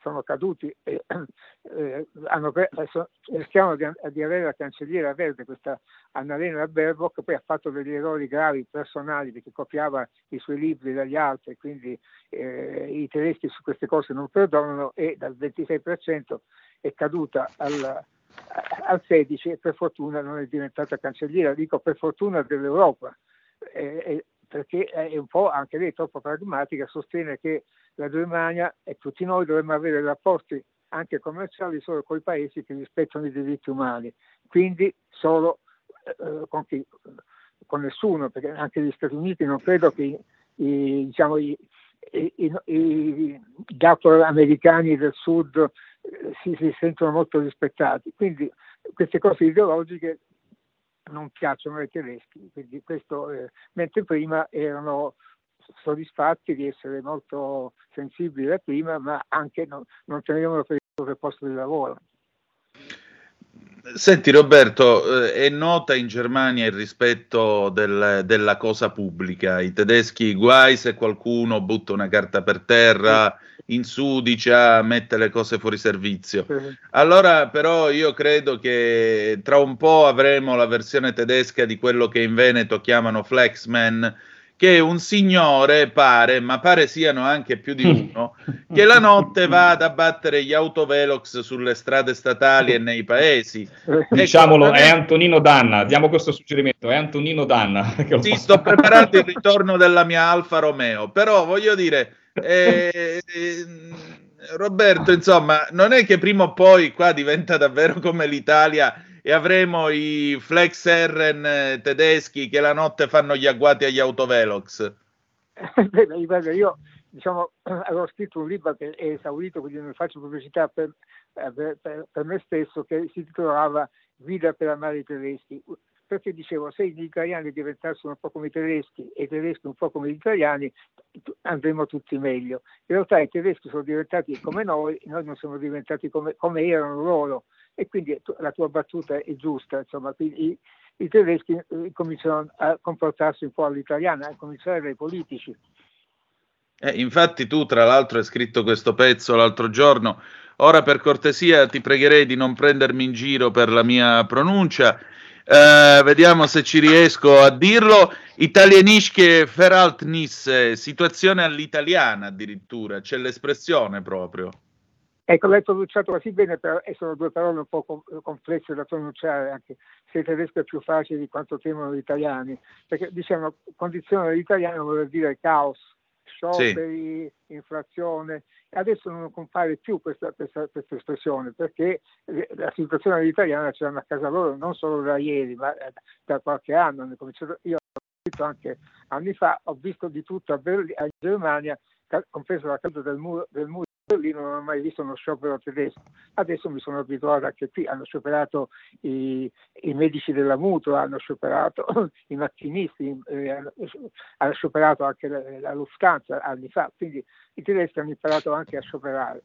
sono caduti e eh, hanno, adesso rischiamo di, di avere la cancelliera verde, questa Annalena Baerbock, poi ha fatto degli errori gravi personali perché copiava i suoi libri dagli altri, quindi eh, i tedeschi su queste cose non perdonano, e dal ventisei per cento è caduta al, al sedici per cento, e per fortuna non è diventata cancelliera. Dico per fortuna dell'Europa, eh, eh, perché è un po' anche lei troppo pragmatica, sostiene che la Germania e tutti noi dovremmo avere rapporti anche commerciali solo con i paesi che rispettano i diritti umani, quindi solo eh, con, chi, con nessuno, perché anche gli Stati Uniti non credo che i, i, diciamo, i, i, i, i americani del sud eh, si, si sentono molto rispettati, quindi queste cose ideologiche non piacciono ai tedeschi, quindi questo, eh, mentre prima erano soddisfatti di essere molto sensibili da prima, ma anche non, non tenevano per il posto di lavoro. Senti Roberto, eh, è nota in Germania il rispetto del, della cosa pubblica. I tedeschi, guai se qualcuno butta una carta per terra, insudicia, mette le cose fuori servizio. Allora però io credo che tra un po' avremo la versione tedesca di quello che in Veneto chiamano Flexman, che è un signore, pare, ma pare siano anche più di uno, che la notte va ad abbattere gli autovelox sulle strade statali e nei paesi. Diciamolo, ecco, è Antonino Danna, diamo questo suggerimento, è Antonino Danna. Sì, sto preparando il ritorno della mia Alfa Romeo, però voglio dire, eh, eh, Roberto, insomma, non è che prima o poi qua diventa davvero come l'Italia e avremo i Flex Herren tedeschi che la notte fanno gli agguati agli autovelox? Beh, io diciamo, avevo scritto un libro che è esaurito, quindi non faccio pubblicità per, per, per, per me stesso, che si titolava Guida per amare i tedeschi, perché dicevo, se gli italiani diventassero un po' come i tedeschi e i tedeschi un po' come gli italiani, andremo tutti meglio. In realtà i tedeschi sono diventati come noi, noi non siamo diventati come, come erano loro, e quindi la tua battuta è giusta, insomma, quindi i, i tedeschi eh, cominciano a comportarsi un po' all'italiana, a cominciare dai politici. Eh, infatti tu tra l'altro hai scritto questo pezzo l'altro giorno. Ora per cortesia ti pregherei di non prendermi in giro per la mia pronuncia, eh, vediamo se ci riesco a dirlo. Italienische Verhältnisse, situazione all'italiana addirittura, c'è l'espressione proprio. Ecco, l'hai pronunciato così bene, però sono due parole un po' complesse da pronunciare, anche se il tedesco è più facile di quanto temono gli italiani, perché diciamo condizione dell'italiano vuol dire caos, scioperi, sì, inflazione. Adesso non compare più questa, questa, questa espressione, perché la situazione dell'italiana ce l'hanno a casa loro non solo da ieri, ma da qualche anno. Io ho visto anche anni fa, ho visto di tutto a Berlino, in Germania, compreso la caduta del muro, del muro lì non ho mai visto uno sciopero tedesco. Adesso mi sono abituato anche qui, hanno scioperato i, i medici della mutua, hanno scioperato i macchinisti, eh, hanno, hanno scioperato anche la, la Lufthansa anni fa, quindi i tedeschi hanno imparato anche a scioperare.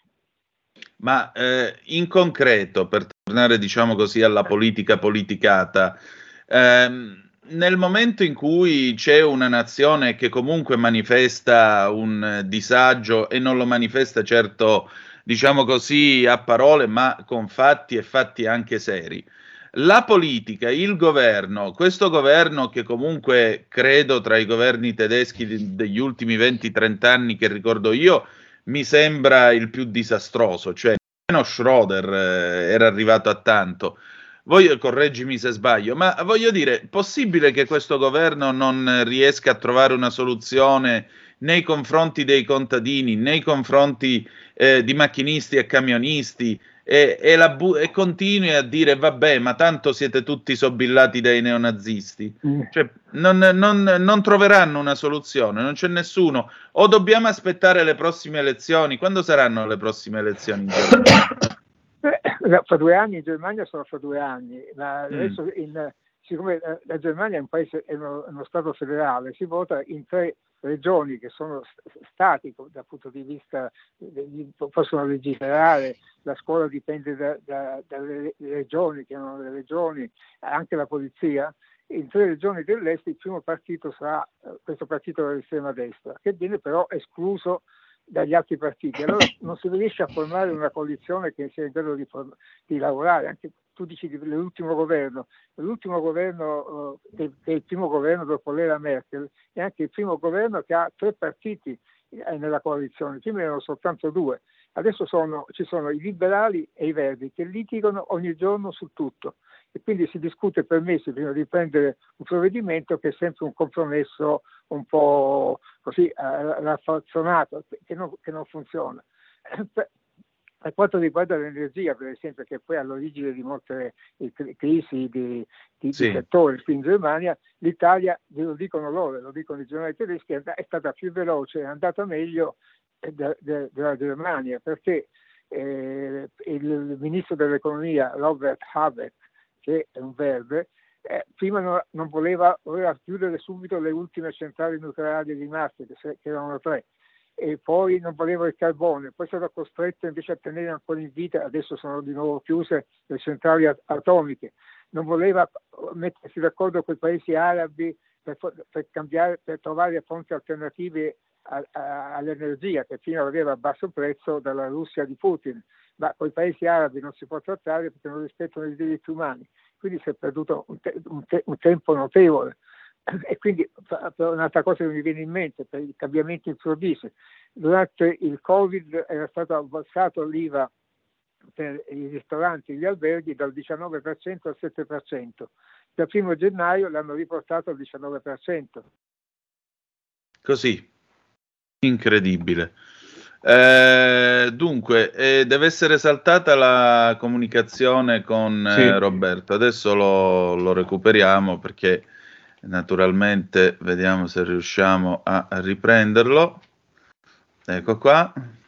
Ma eh, in concreto, per tornare diciamo così alla politica politicata, ehm, nel momento in cui c'è una nazione che comunque manifesta un disagio e non lo manifesta certo, diciamo così, a parole, ma con fatti e fatti anche seri, la politica, il governo, questo governo che comunque credo tra i governi tedeschi degli ultimi venti trenta anni che ricordo io, mi sembra il più disastroso, cioè nemmeno Schroeder eh, era arrivato a tanto. Voglio, correggimi se sbaglio, ma voglio dire, è possibile che questo governo non riesca a trovare una soluzione nei confronti dei contadini, nei confronti eh, di macchinisti e camionisti e, e, la bu- e continui a dire vabbè, ma tanto siete tutti sobillati dai neonazisti? Cioè, non, non, non troveranno una soluzione, non c'è nessuno. O dobbiamo aspettare le prossime elezioni? Quando saranno le prossime elezioni in Germania? Fra due anni in Germania sono fra due anni, ma adesso mm. in, siccome la Germania è un paese, è uno, uno stato federale, si vota in tre regioni che sono stati dal punto di vista, possono legiferare, la scuola dipende da, da, dalle regioni, che hanno le regioni, anche la polizia. In tre regioni dell'est il primo partito sarà questo partito dell'estrema destra, che viene però escluso dagli altri partiti. Allora non si riesce a formare una coalizione che sia in grado di, form- di lavorare. Anche tu dici l'ultimo governo, l'ultimo governo uh, che, che è il primo governo dopo l'era Merkel, è anche il primo governo che ha tre partiti eh, nella coalizione. Prima erano soltanto due, adesso sono, ci sono i liberali e i verdi che litigano ogni giorno su tutto, e quindi si discute per mesi prima di prendere un provvedimento che è sempre un compromesso un po' così eh, raffazzonato, che non, che non funziona. Per quanto riguarda l'energia, per esempio, che poi è all'origine di molte eh, crisi di, di, Sì. di settore qui in Germania, l'Italia, lo dicono loro, lo dicono i giornali tedeschi, è, è stata più veloce, è andata meglio de, de, della Germania, perché eh, il ministro dell'economia Robert Habeck, che è un verde, eh, prima non, non voleva, voleva chiudere subito le ultime centrali nucleari di Marte, che, se, che erano tre, e poi non voleva il carbone, poi è stato costretto invece a tenere ancora in vita, adesso sono di nuovo chiuse le centrali atomiche, non voleva mettersi d'accordo con i paesi arabi per, per cambiare, per trovare fonti alternative a, a, all'energia che fino aveva a basso prezzo dalla Russia di Putin, ma con i paesi arabi non si può trattare perché non rispettano i diritti umani, quindi si è perduto un, te, un, te, un tempo notevole. E quindi un'altra cosa che mi viene in mente, per i cambiamenti improvvisi, durante il Covid era stato abbassato l'I V A per i ristoranti e gli alberghi dal diciannove per cento al sette per cento, dal primo gennaio l'hanno riportato al diciannove per cento. Così, incredibile. Eh, dunque, eh, deve essere saltata la comunicazione con Sì. eh, Roberto, adesso lo, lo recuperiamo perché naturalmente vediamo se riusciamo a riprenderlo. Ecco qua.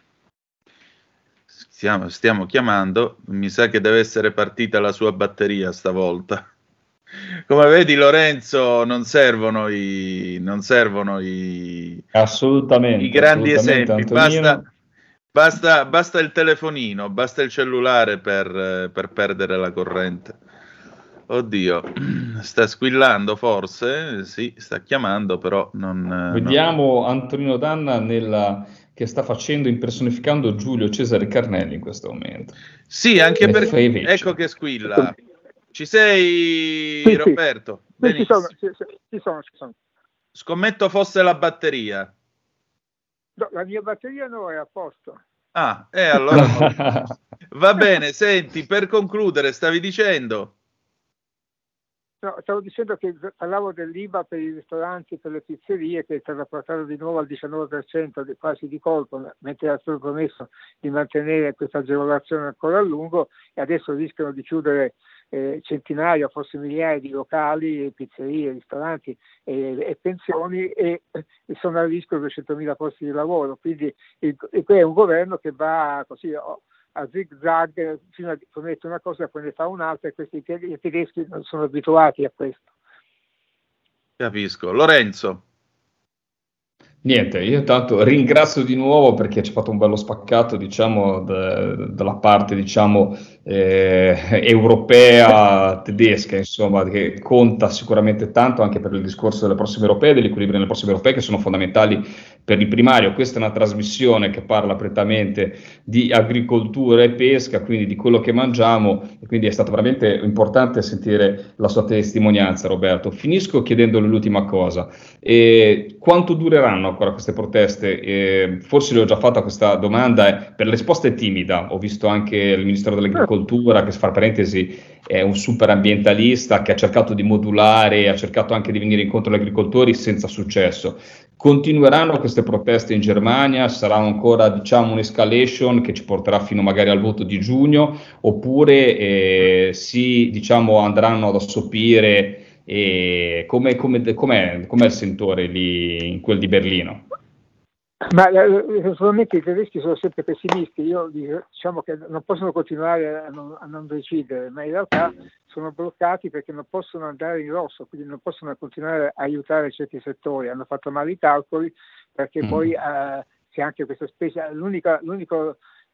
Stiamo, stiamo chiamando, mi sa che deve essere partita la sua batteria stavolta. Come vedi, Lorenzo, non servono i, non servono i, Assolutamente, i grandi assolutamente, esempi, Antonino. basta, basta, basta il telefonino, basta il cellulare per, per perdere la corrente. Oddio, sta squillando forse? Sì, sta chiamando, però non... Vediamo Antonino Danna nella, che sta facendo, impersonificando Giulio Cesare Carnelli in questo momento. Sì, anche Ne per... fai vecchio. Ecco che squilla. Ci sei, Sì, sì. Roberto? Sì, ci Benissimo. sono, ci, ci sono, ci sono. Scommetto fosse la batteria. No, la mia batteria no, è a posto. Ah, e allora no. Va bene, senti, per concludere, stavi dicendo... No, stavo dicendo che parlavo dell'I V A per i ristoranti, per le pizzerie, che è stata portata di nuovo al diciannove per cento quasi di colpo, mentre era stato promesso di mantenere questa agevolazione ancora a lungo, e adesso rischiano di chiudere eh, centinaia, forse migliaia di locali, pizzerie, ristoranti e, e pensioni, e, e sono a rischio duecentomila posti di lavoro. Quindi il, e qui è un governo che va così... Oh, a zig zag, fino a promette una cosa poi ne fa un'altra, e questi i tedeschi non sono abituati a questo. Capisco. Lorenzo. Niente, io intanto ringrazio di nuovo perché ci ha fatto un bello spaccato, diciamo, de, dalla parte, diciamo, eh, europea, tedesca, insomma, che conta sicuramente tanto anche per il discorso delle prossime europee, dell'equilibrio nelle prossime europee, che sono fondamentali per il primario. Questa è una trasmissione che parla prettamente di agricoltura e pesca, quindi di quello che mangiamo, e quindi è stato veramente importante sentire la sua testimonianza, Roberto. Finisco chiedendole l'ultima cosa. E quanto dureranno ancora queste proteste? Eh, forse le ho già fatta questa domanda, eh, per la risposta è timida. Ho visto anche il Ministro dell'Agricoltura, che, fra parentesi, è un super ambientalista, che ha cercato di modulare, ha cercato anche di venire incontro agli agricoltori senza successo. Continueranno queste proteste in Germania? Sarà ancora, diciamo, un'escalation che ci porterà fino magari al voto di giugno, oppure eh, si, diciamo, andranno ad assopire? E come, come, com'è, com'è il sentore lì in quel di Berlino? Ma naturalmente i tedeschi sono sempre pessimisti. Io diciamo che non possono continuare a non, a non decidere, ma in realtà sono bloccati perché non possono andare in rosso, quindi non possono continuare a aiutare certi settori. Hanno fatto male i calcoli perché mm. poi uh, c'è anche questa specie, l'unica, l'unico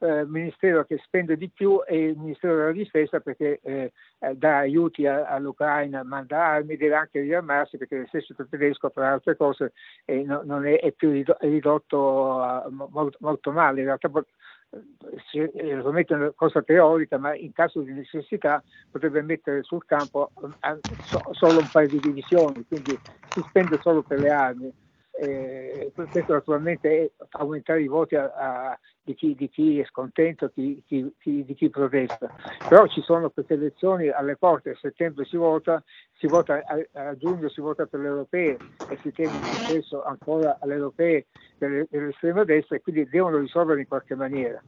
eh, ministero che spende di più è il Ministero della Difesa, perché eh, eh, dà aiuti a, all'Ucraina, manda armi, deve anche riarmarsi, perché l'esercito tedesco per altre cose eh, no, non è, è più ridotto a, molto, molto male. In realtà naturalmente è una cosa teorica, ma in caso di necessità potrebbe mettere sul campo eh, so, solo un paio di divisioni, quindi si spende solo per le armi. Eh, questo naturalmente fa aumentare i voti a, a, di, chi, di chi è scontento, di chi, chi, di chi protesta. Però ci sono queste elezioni alle porte, a settembre si vota, si vota a, a giugno si vota per le europee e si tiene in successo ancora alle europee delle, dell'estrema destra, e quindi devono risolvere in qualche maniera.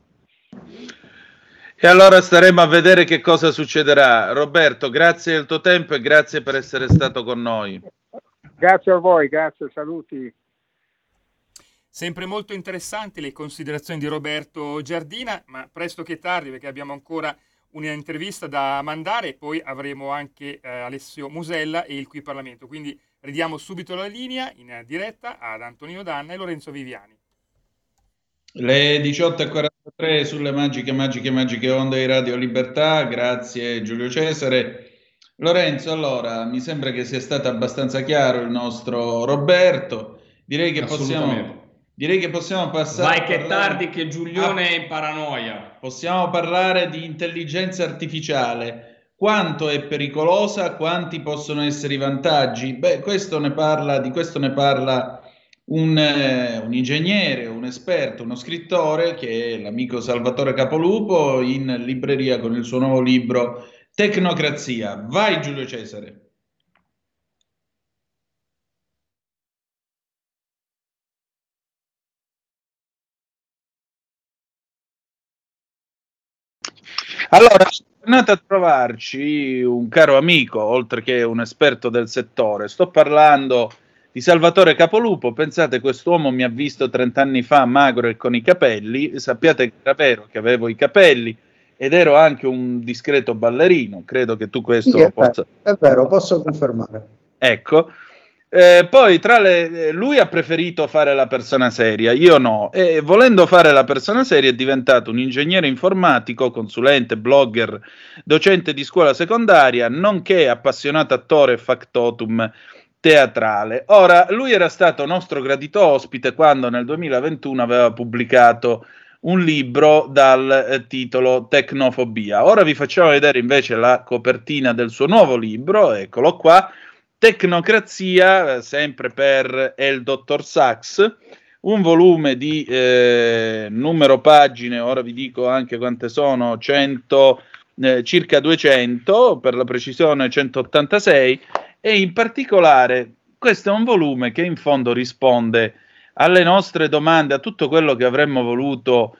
E allora staremo a vedere che cosa succederà. Roberto, grazie del tuo tempo e grazie per essere stato con noi. Grazie a voi, grazie, saluti. Sempre molto interessanti le considerazioni di Roberto Giardina, ma presto che tardi, perché abbiamo ancora un'intervista da mandare e poi avremo anche eh, Alessio Musella e il Qui Parlamento. Quindi ridiamo subito la linea in diretta ad Antonino Danna e Lorenzo Viviani. Le diciotto e quarantatré sulle magiche, magiche, magiche onde di Radio Libertà. Grazie Giulio Cesare. Lorenzo, allora, mi sembra che sia stato abbastanza chiaro il nostro Roberto. Direi che possiamo... Direi che possiamo passare. Vai che parlare... tardi che Giulione ah, è in paranoia. Possiamo parlare di intelligenza artificiale. Quanto è pericolosa? Quanti possono essere i vantaggi? Beh, questo ne parla, di questo ne parla un, eh, un ingegnere, un esperto, uno scrittore, che è l'amico Salvatore Capolupo, in libreria con il suo nuovo libro Tecnocrazia. Vai Giulio Cesare. Allora, sono tornato a trovarci un caro amico, oltre che un esperto del settore. Sto parlando di Salvatore Capolupo. Pensate, quest'uomo mi ha visto trent'anni fa magro e con i capelli. Sappiate che era vero che avevo i capelli ed ero anche un discreto ballerino. Credo che tu questo sì, lo è possa... Vero, è vero, posso confermare. Ecco. Eh, poi tra le, lui ha preferito fare la persona seria, io no, e volendo fare la persona seria è diventato un ingegnere informatico, consulente, blogger, docente di scuola secondaria, nonché appassionato attore e factotum teatrale. Ora, lui era stato nostro gradito ospite quando nel duemilaventuno aveva pubblicato un libro dal eh, titolo Tecnofobia. Ora vi facciamo vedere invece la copertina del suo nuovo libro, eccolo qua. Tecnocrazia, sempre per il dottor Sachs, un volume di eh, numero pagine, ora vi dico anche quante sono, cento, eh, circa duecento, per la precisione centottantasei, e in particolare questo è un volume che in fondo risponde alle nostre domande, a tutto quello che avremmo voluto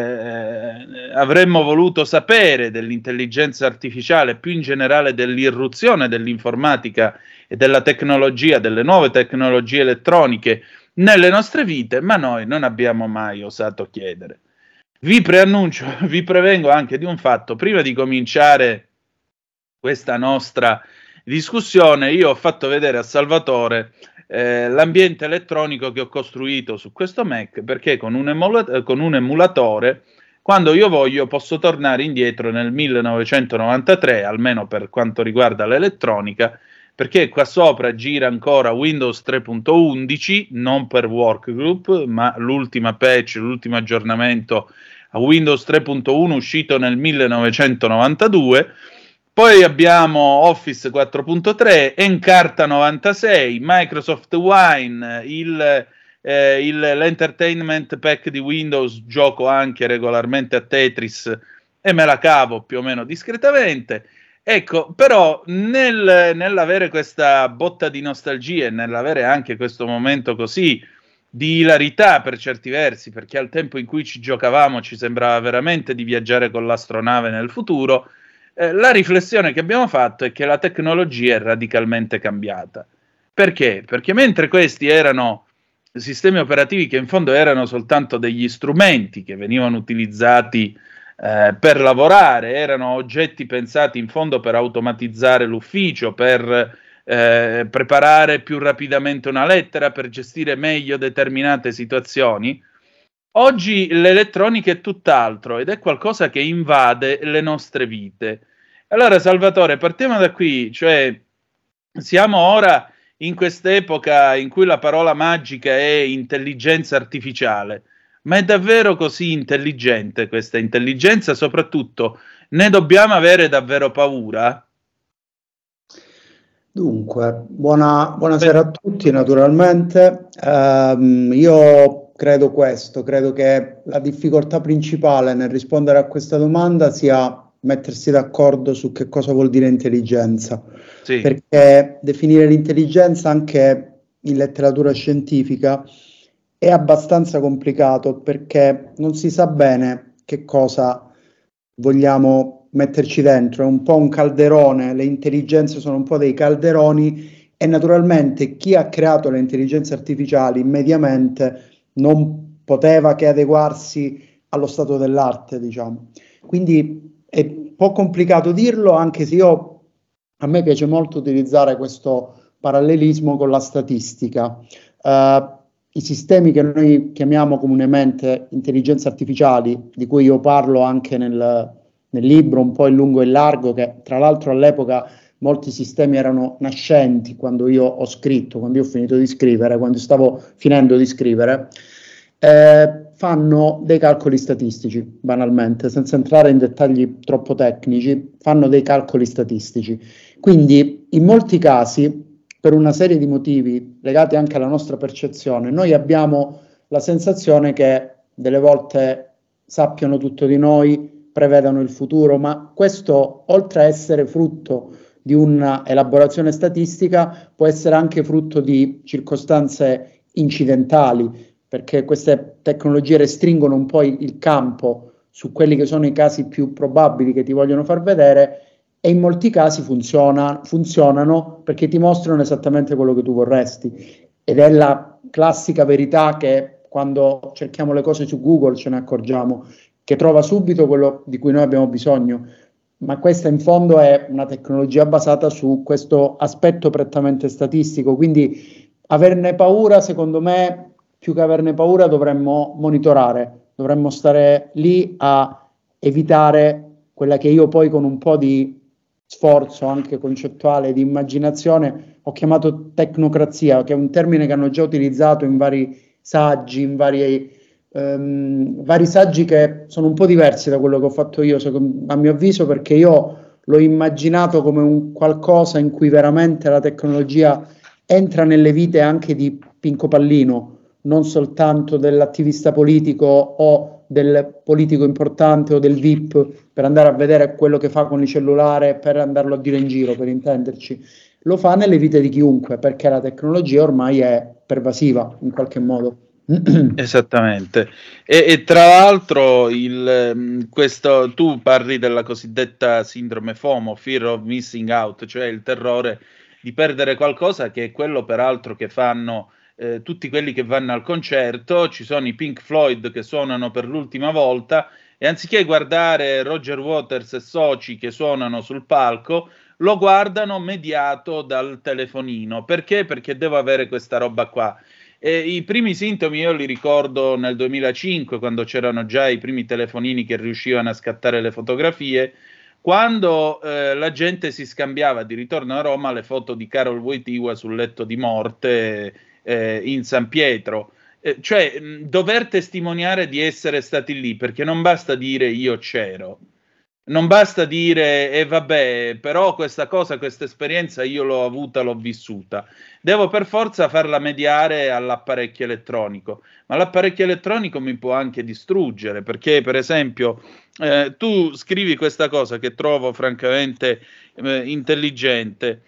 Eh, avremmo voluto sapere dell'intelligenza artificiale, più in generale dell'irruzione dell'informatica e della tecnologia, delle nuove tecnologie elettroniche nelle nostre vite, ma noi non abbiamo mai osato chiedere. Vi preannuncio, vi prevengo anche di un fatto: prima di cominciare questa nostra discussione, io ho fatto vedere a Salvatore Eh, l'ambiente elettronico che ho costruito su questo Mac, perché con un, emula- con un emulatore, quando io voglio, posso tornare indietro nel millenovecentonovantatré, almeno per quanto riguarda l'elettronica, perché qua sopra gira ancora Windows tre punto undici, non per Workgroup, ma l'ultima patch, l'ultimo aggiornamento a Windows tre punto uno uscito nel millenovecentonovantadue. Poi abbiamo Office quattro punto tre, Encarta novantasei, Microsoft Wine, il, eh, il, l'Entertainment Pack di Windows, gioco anche regolarmente a Tetris e me la cavo più o meno discretamente. Ecco, però nel, nell'avere questa botta di nostalgia e nell'avere anche questo momento così di ilarità per certi versi, perché al tempo in cui ci giocavamo ci sembrava veramente di viaggiare con l'astronave nel futuro, Eh, la riflessione che abbiamo fatto è che la tecnologia è radicalmente cambiata. Perché? Perché mentre questi erano sistemi operativi che in fondo erano soltanto degli strumenti che venivano utilizzati eh, per lavorare, erano oggetti pensati in fondo per automatizzare l'ufficio, per eh, preparare più rapidamente una lettera, per gestire meglio determinate situazioni, Oggi l'elettronica è tutt'altro ed è qualcosa che invade le nostre vite. Allora, Salvatore, partiamo da qui, cioè siamo ora in quest'epoca in cui la parola magica è intelligenza artificiale, ma è davvero così intelligente questa intelligenza? Soprattutto, ne dobbiamo avere davvero paura? Dunque, buona, buonasera a tutti naturalmente. Ehm, io credo questo, credo che la difficoltà principale nel rispondere a questa domanda sia mettersi d'accordo su che cosa vuol dire intelligenza, Sì. perché definire l'intelligenza anche in letteratura scientifica è abbastanza complicato, perché non si sa bene che cosa vogliamo metterci dentro. È un po' un calderone, le intelligenze sono un po' dei calderoni e naturalmente chi ha creato le intelligenze artificiali mediamente non poteva che adeguarsi allo stato dell'arte, diciamo. Quindi è un po' complicato dirlo, anche se io, a me piace molto utilizzare questo parallelismo con la statistica. Uh, I sistemi che noi chiamiamo comunemente intelligenze artificiali, di cui io parlo anche nel, nel libro un po' in lungo e in largo, che tra l'altro all'epoca molti sistemi erano nascenti quando io ho scritto, quando io ho finito di scrivere, quando stavo finendo di scrivere, eh, fanno dei calcoli statistici, banalmente, senza entrare in dettagli troppo tecnici, fanno dei calcoli statistici. Quindi in molti casi, per una serie di motivi legati anche alla nostra percezione, noi abbiamo la sensazione che delle volte sappiano tutto di noi, prevedano il futuro, ma questo, oltre a essere frutto di una elaborazione statistica, può essere anche frutto di circostanze incidentali, perché queste tecnologie restringono un po' il campo su quelli che sono i casi più probabili che ti vogliono far vedere, e in molti casi funziona, funzionano perché ti mostrano esattamente quello che tu vorresti. Ed è la classica verità che quando cerchiamo le cose su Google ce ne accorgiamo, che trova subito quello di cui noi abbiamo bisogno. Ma questa in fondo è una tecnologia basata su questo aspetto prettamente statistico, quindi averne paura, secondo me, più che averne paura dovremmo monitorare, dovremmo stare lì a evitare quella che io poi con un po' di sforzo anche concettuale, di immaginazione, ho chiamato tecnocrazia, che è un termine che hanno già utilizzato in vari saggi, in vari, ehm, vari saggi che sono un po' diversi da quello che ho fatto io, secondo, a mio avviso, perché io l'ho immaginato come un qualcosa in cui veramente la tecnologia entra nelle vite anche di Pinco Pallino, non soltanto dell'attivista politico o del politico importante o del V I P, per andare a vedere quello che fa con il cellulare, per andarlo a dire in giro, per intenderci. Lo fa nelle vite di chiunque, perché la tecnologia ormai è pervasiva in qualche modo. Esattamente. E, e tra l'altro il, questo, tu parli della cosiddetta sindrome FOMO, Fear of Missing Out, cioè il terrore di perdere qualcosa, che è quello peraltro che fanno eh, tutti quelli che vanno al concerto. Ci sono i Pink Floyd che suonano per l'ultima volta e anziché guardare Roger Waters e soci che suonano sul palco, lo guardano mediato dal telefonino. Perché? Perché devo avere questa roba qua. E i primi sintomi io li ricordo nel duemilacinque, quando c'erano già i primi telefonini che riuscivano a scattare le fotografie, quando eh, la gente si scambiava di ritorno a Roma le foto di Karol Wojtyła sul letto di morte eh, in San Pietro. Eh, cioè mh, dover testimoniare di essere stati lì, perché non basta dire io c'ero, non basta dire e eh, vabbè, però questa cosa, questa esperienza io l'ho avuta, l'ho vissuta. Devo per forza farla mediare all'apparecchio elettronico, ma l'apparecchio elettronico mi può anche distruggere, perché per esempio eh, tu scrivi questa cosa che trovo francamente eh, intelligente.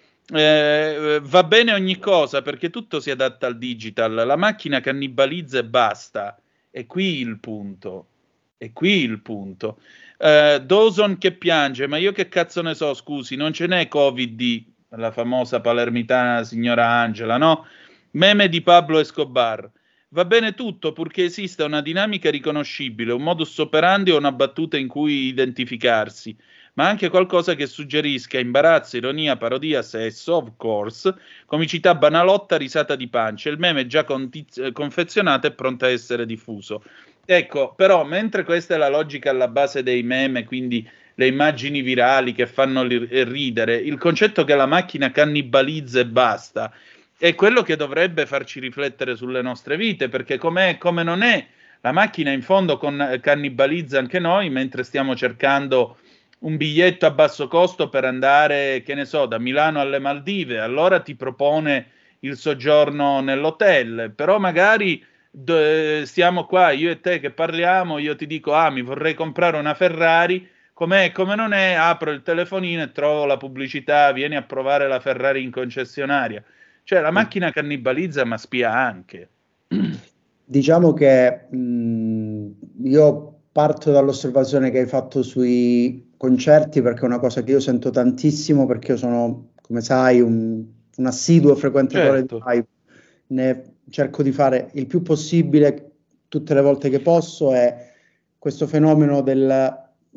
Eh, va bene ogni cosa perché tutto si adatta al digital, la macchina cannibalizza e basta. E qui il punto. E qui il punto. Uh, Dawson che piange, ma io che cazzo ne so, scusi, non ce n'è Covid di la famosa palermitana signora Angela, no? Meme di Pablo Escobar. Va bene tutto purché esista una dinamica riconoscibile, un modus operandi o una battuta in cui identificarsi, ma anche qualcosa che suggerisca imbarazzo, ironia, parodia, sesso, of course, comicità banalotta, risata di pancia. Il meme è già contiz- confezionato e pronto a essere diffuso. Ecco, però mentre questa è la logica alla base dei meme, quindi le immagini virali che fanno li- ridere, il concetto che la macchina cannibalizza e basta è quello che dovrebbe farci riflettere sulle nostre vite, perché com'è, come non è, la macchina in fondo con, cannibalizza anche noi mentre stiamo cercando un biglietto a basso costo per andare, che ne so, da Milano alle Maldive, allora ti propone il soggiorno nell'hotel, però magari d- stiamo qua, io e te che parliamo, io ti dico, ah, mi vorrei comprare una Ferrari, com'è, come non è, apro il telefonino e trovo la pubblicità, vieni a provare la Ferrari in concessionaria. Cioè la macchina cannibalizza ma spia anche. Diciamo che mh, io parto dall'osservazione che hai fatto sui concerti, perché è una cosa che io sento tantissimo, perché io sono, come sai, un, un assiduo frequentatore Certo. di live, ne cerco di fare il più possibile tutte le volte che posso, e questo fenomeno del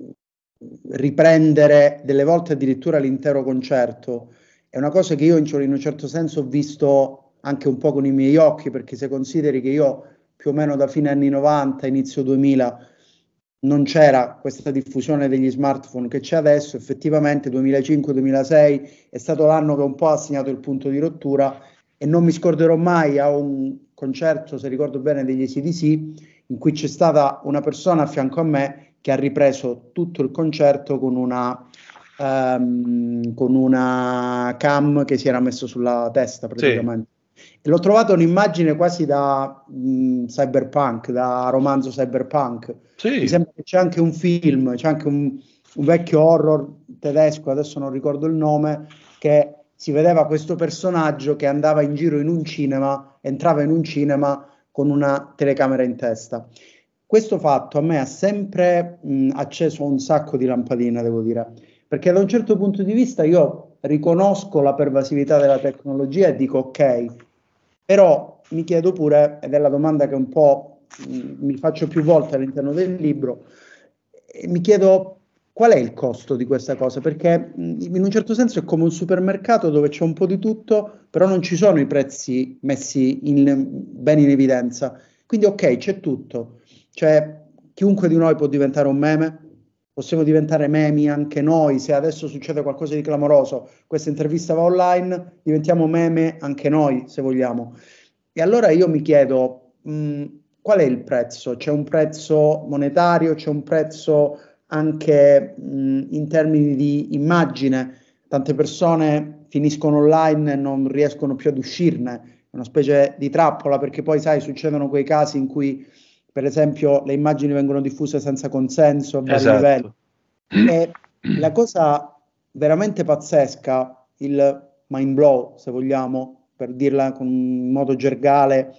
riprendere delle volte addirittura l'intero concerto è una cosa che io in, in un certo senso ho visto anche un po' con i miei occhi, perché se consideri che io più o meno da fine anni novanta, inizio duemila, non c'era questa diffusione degli smartphone che c'è adesso, effettivamente duemilacinque duemilasei è stato l'anno che un po' ha segnato il punto di rottura, e non mi scorderò mai a un concerto, se ricordo bene, degli A C D C, in cui c'è stata una persona a fianco a me che ha ripreso tutto il concerto con una, um, con una cam che si era messo sulla testa praticamente. Sì. E l'ho trovata un'immagine quasi da mh, cyberpunk, da romanzo cyberpunk. Sì. Mi sembra che c'è anche un film, c'è anche un, un vecchio horror tedesco, adesso non ricordo il nome, che si vedeva questo personaggio che andava in giro in un cinema, entrava in un cinema con una telecamera in testa. Questo fatto a me ha sempre mh, acceso un sacco di lampadine, devo dire, perché da un certo punto di vista io riconosco la pervasività della tecnologia e dico ok, però mi chiedo pure, ed è la domanda che un po' mh, mi faccio più volte all'interno del libro, e mi chiedo qual è il costo di questa cosa, perché mh, in un certo senso è come un supermercato dove c'è un po' di tutto, però non ci sono i prezzi messi in, ben in evidenza. Quindi ok, c'è tutto. Cioè, chiunque di noi può diventare un meme, possiamo diventare memi anche noi, se adesso succede qualcosa di clamoroso, questa intervista va online, diventiamo meme anche noi, se vogliamo. E allora io mi chiedo, mh, qual è il prezzo? C'è un prezzo monetario, c'è un prezzo anche mh, in termini di immagine? Tante persone finiscono online e non riescono più ad uscirne, è una specie di trappola, perché poi, sai, succedono quei casi in cui per esempio le immagini vengono diffuse senza consenso a vari esatto. livelli. E la cosa veramente pazzesca, il mind blow, se vogliamo, per dirla con un modo gergale,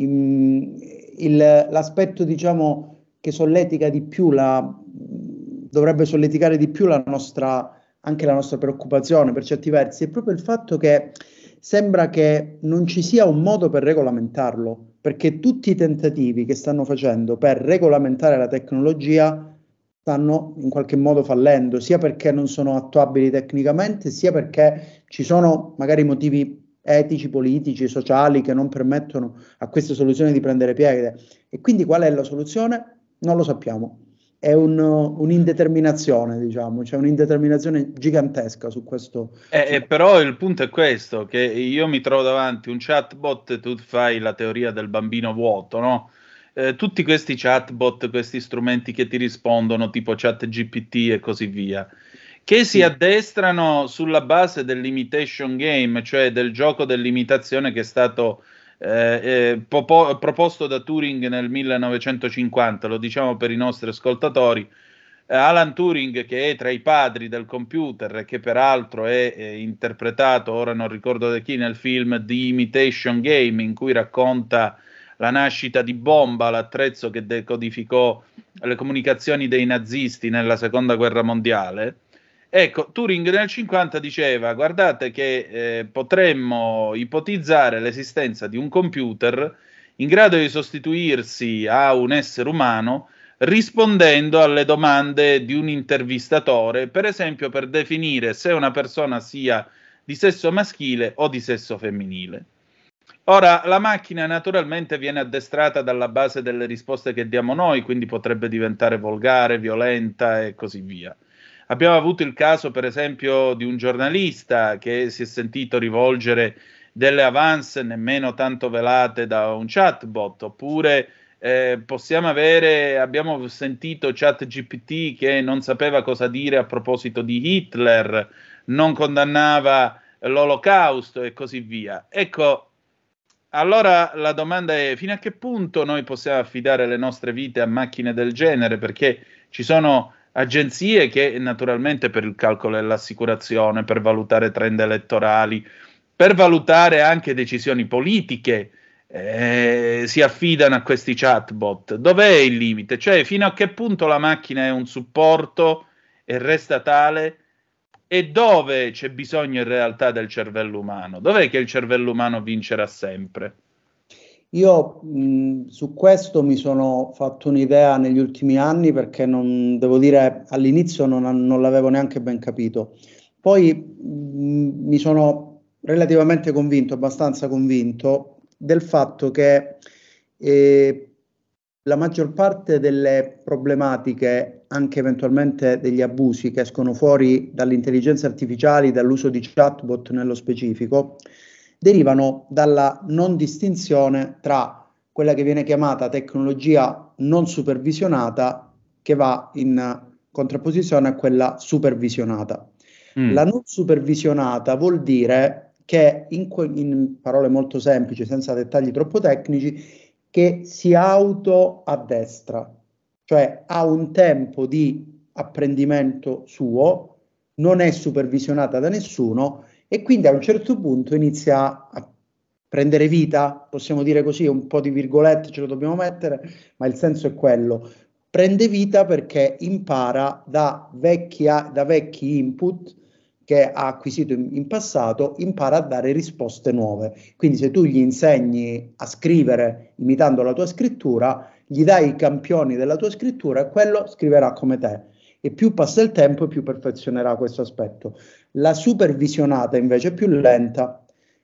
in, il, l'aspetto, diciamo, che solletica di più la dovrebbe solleticare di più la nostra, anche la nostra preoccupazione per certi versi, è proprio il fatto che sembra che non ci sia un modo per regolamentarlo, perché tutti i tentativi che stanno facendo per regolamentare la tecnologia stanno in qualche modo fallendo, sia perché non sono attuabili tecnicamente, sia perché ci sono magari motivi etici, politici, sociali che non permettono a queste soluzioni di prendere piede. E quindi qual è la soluzione? Non lo sappiamo. È un, un'indeterminazione, diciamo, c'è un'indeterminazione gigantesca su questo. Eh, su... eh, però il punto è questo, che io mi trovo davanti un chatbot e tu fai la teoria del bambino vuoto, no? Eh, tutti questi chatbot, questi strumenti che ti rispondono, tipo ChatGPT e così via, che si addestrano sulla base dell'imitation game, cioè del gioco dell'imitazione che è stato eh, eh, popo- proposto da Turing nel millenovecentocinquanta, lo diciamo per i nostri ascoltatori. eh, Alan Turing, che è tra i padri del computer e che peraltro è, è interpretato, ora non ricordo da chi, nel film The Imitation Game, in cui racconta la nascita di Bomba, l'attrezzo che decodificò le comunicazioni dei nazisti nella seconda guerra mondiale. Ecco, Turing nel cinquanta diceva, guardate che eh, potremmo ipotizzare l'esistenza di un computer in grado di sostituirsi a un essere umano rispondendo alle domande di un intervistatore, per esempio per definire se una persona sia di sesso maschile o di sesso femminile. Ora, la macchina naturalmente viene addestrata dalla base delle risposte che diamo noi, quindi potrebbe diventare volgare, violenta e così via. Abbiamo avuto il caso, per esempio, di un giornalista che si è sentito rivolgere delle avance nemmeno tanto velate da un chatbot, oppure eh, possiamo avere, abbiamo sentito ChatGPT che non sapeva cosa dire a proposito di Hitler, non condannava l'Olocausto e così via. Ecco, allora la domanda è: fino a che punto noi possiamo affidare le nostre vite a macchine del genere? Perché ci sono agenzie che naturalmente per il calcolo dell'assicurazione, per valutare trend elettorali, per valutare anche decisioni politiche, eh, si affidano a questi chatbot. Dov'è il limite? Cioè, fino a che punto la macchina è un supporto e resta tale? E dove c'è bisogno in realtà del cervello umano? Dov'è che il cervello umano vincerà sempre? Io mh, su questo mi sono fatto un'idea negli ultimi anni, perché non devo dire, all'inizio non, non l'avevo neanche ben capito. Poi mh, mi sono relativamente convinto, abbastanza convinto, del fatto che eh, la maggior parte delle problematiche, anche eventualmente degli abusi che escono fuori dall'intelligenza artificiale, dall'uso di chatbot nello specifico, derivano dalla non distinzione tra quella che viene chiamata tecnologia non supervisionata, che va in contrapposizione a quella supervisionata. Mm. La non supervisionata vuol dire che, in, in parole molto semplici, senza dettagli troppo tecnici, che si auto-addestra, cioè ha un tempo di apprendimento suo, non è supervisionata da nessuno e quindi a un certo punto inizia a prendere vita, possiamo dire così, un po' di virgolette ce lo dobbiamo mettere, ma il senso è quello. Prende vita perché impara da vecchi, da vecchi input che ha acquisito in, in passato, impara a dare risposte nuove. Quindi se tu gli insegni a scrivere imitando la tua scrittura, gli dai i campioni della tua scrittura e quello scriverà come te. E più passa il tempo e più perfezionerà questo aspetto. La supervisionata invece è più lenta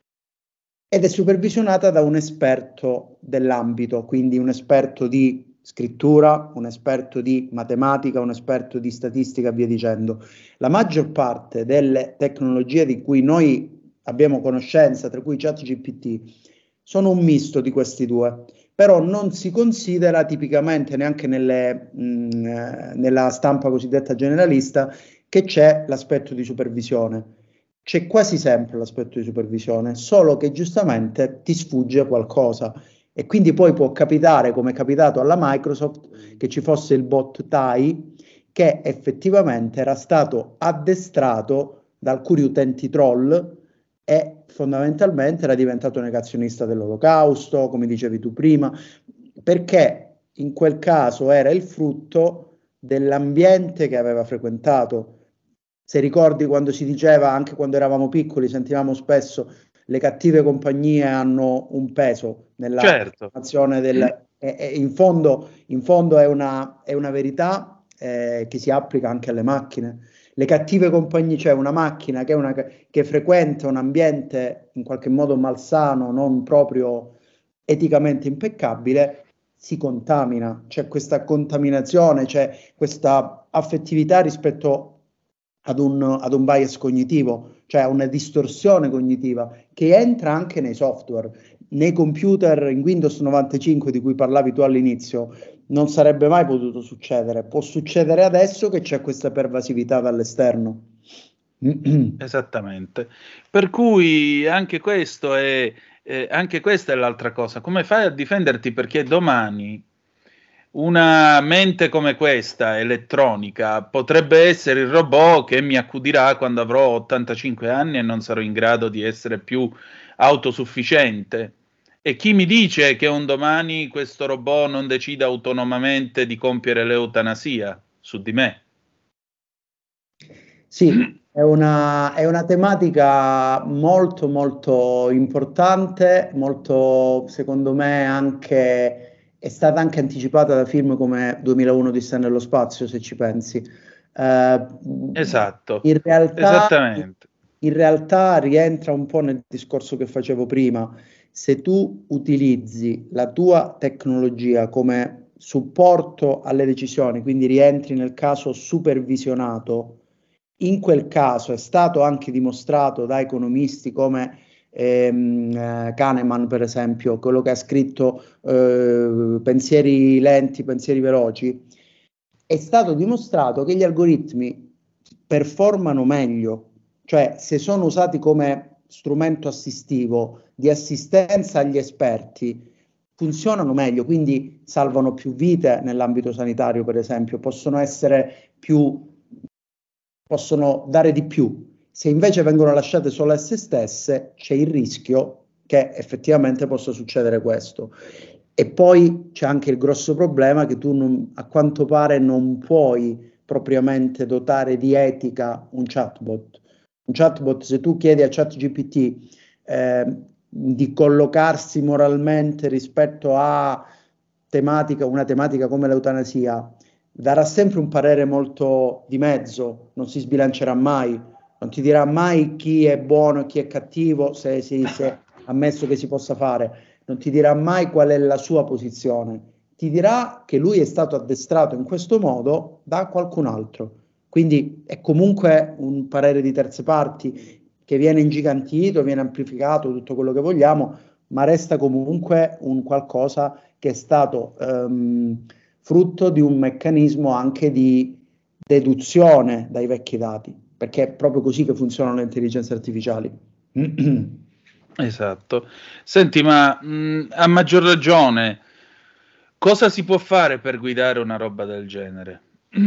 ed è supervisionata da un esperto dell'ambito, quindi un esperto di scrittura, un esperto di matematica, un esperto di statistica e via dicendo. La maggior parte delle tecnologie di cui noi abbiamo conoscenza, tra cui ChatGPT, sono un misto di questi due, però non si considera tipicamente neanche nelle, mh, nella stampa cosiddetta generalista che c'è l'aspetto di supervisione. C'è quasi sempre l'aspetto di supervisione, solo che giustamente ti sfugge qualcosa. E quindi poi può capitare, come è capitato alla Microsoft, che ci fosse il bot T A I che effettivamente era stato addestrato da alcuni utenti troll e fondamentalmente era diventato negazionista dell'Olocausto, come dicevi tu prima, perché in quel caso era il frutto dell'ambiente che aveva frequentato. Se ricordi, quando si diceva, anche quando eravamo piccoli, sentivamo spesso le cattive compagnie hanno un peso nella certo. formazione del... E, e in fondo, in fondo è una, è una verità eh, che si applica anche alle macchine. Le cattive compagnie, cioè una macchina che, è una, che frequenta un ambiente in qualche modo malsano, non proprio eticamente impeccabile, si contamina. C'è questa contaminazione, c'è questa affettività rispetto ad un, ad un bias cognitivo, cioè una distorsione cognitiva che entra anche nei software. Nei computer in Windows novantacinque di cui parlavi tu all'inizio non sarebbe mai potuto succedere, può succedere adesso che c'è questa pervasività dall'esterno. Esattamente, per cui anche questo è eh, anche questa è l'altra cosa. Come fai a difenderti? Perché domani una mente come questa, elettronica, potrebbe essere il robot che mi accudirà quando avrò ottantacinque anni e non sarò in grado di essere più autosufficiente. E chi mi dice che un domani questo robot non decida autonomamente di compiere l'eutanasia su di me? Sì, è una, è una tematica molto molto importante, molto, secondo me, anche è stata anche anticipata da film come duemilauno Odissea nello spazio, se ci pensi. Eh, esatto, in realtà, esattamente. In realtà rientra un po' nel discorso che facevo prima. se tu utilizzi la tua tecnologia come supporto alle decisioni, quindi rientri nel caso supervisionato, in quel caso è stato anche dimostrato da economisti come ehm, Kahneman, per esempio, quello che ha scritto eh, Pensieri lenti, pensieri veloci, è stato dimostrato che gli algoritmi performano meglio, cioè se sono usati come strumento assistivo di assistenza agli esperti, funzionano meglio, quindi salvano più vite nell'ambito sanitario, per esempio, possono essere più, possono dare di più. Se invece vengono lasciate solo a se stesse, c'è il rischio che effettivamente possa succedere questo. E poi c'è anche il grosso problema che tu non, a quanto pare non puoi propriamente dotare di etica un chatbot. Un chatbot, se tu chiedi a ChatGPT eh, di collocarsi moralmente rispetto a tematica, una tematica come l'eutanasia, darà sempre un parere molto di mezzo, non si sbilancerà mai, non ti dirà mai chi è buono e chi è cattivo, se, se, se ammesso che si possa fare, non ti dirà mai qual è la sua posizione, ti dirà che lui è stato addestrato in questo modo da qualcun altro. Quindi è comunque un parere di terze parti che viene ingigantito, viene amplificato, tutto quello che vogliamo, ma resta comunque un qualcosa che è stato ehm, frutto di un meccanismo anche di deduzione dai vecchi dati, perché è proprio così che funzionano le intelligenze artificiali. Esatto. Senti, ma mh, a maggior ragione, cosa si può fare per guidare una roba del genere?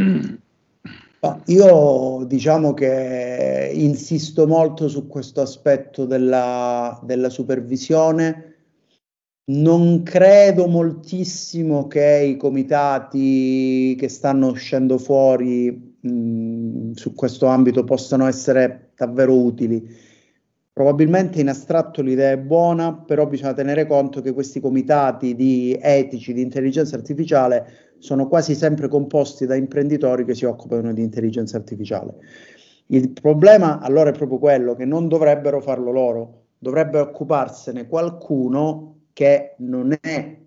Io diciamo che insisto molto su questo aspetto della, della supervisione. Non credo moltissimo che i comitati che stanno uscendo fuori mh, su questo ambito possano essere davvero utili. Probabilmente in astratto l'idea è buona, però bisogna tenere conto che questi comitati di etici di intelligenza artificiale sono quasi sempre composti da imprenditori che si occupano di intelligenza artificiale. Il problema allora è proprio quello che non dovrebbero farlo loro, dovrebbe occuparsene qualcuno che non è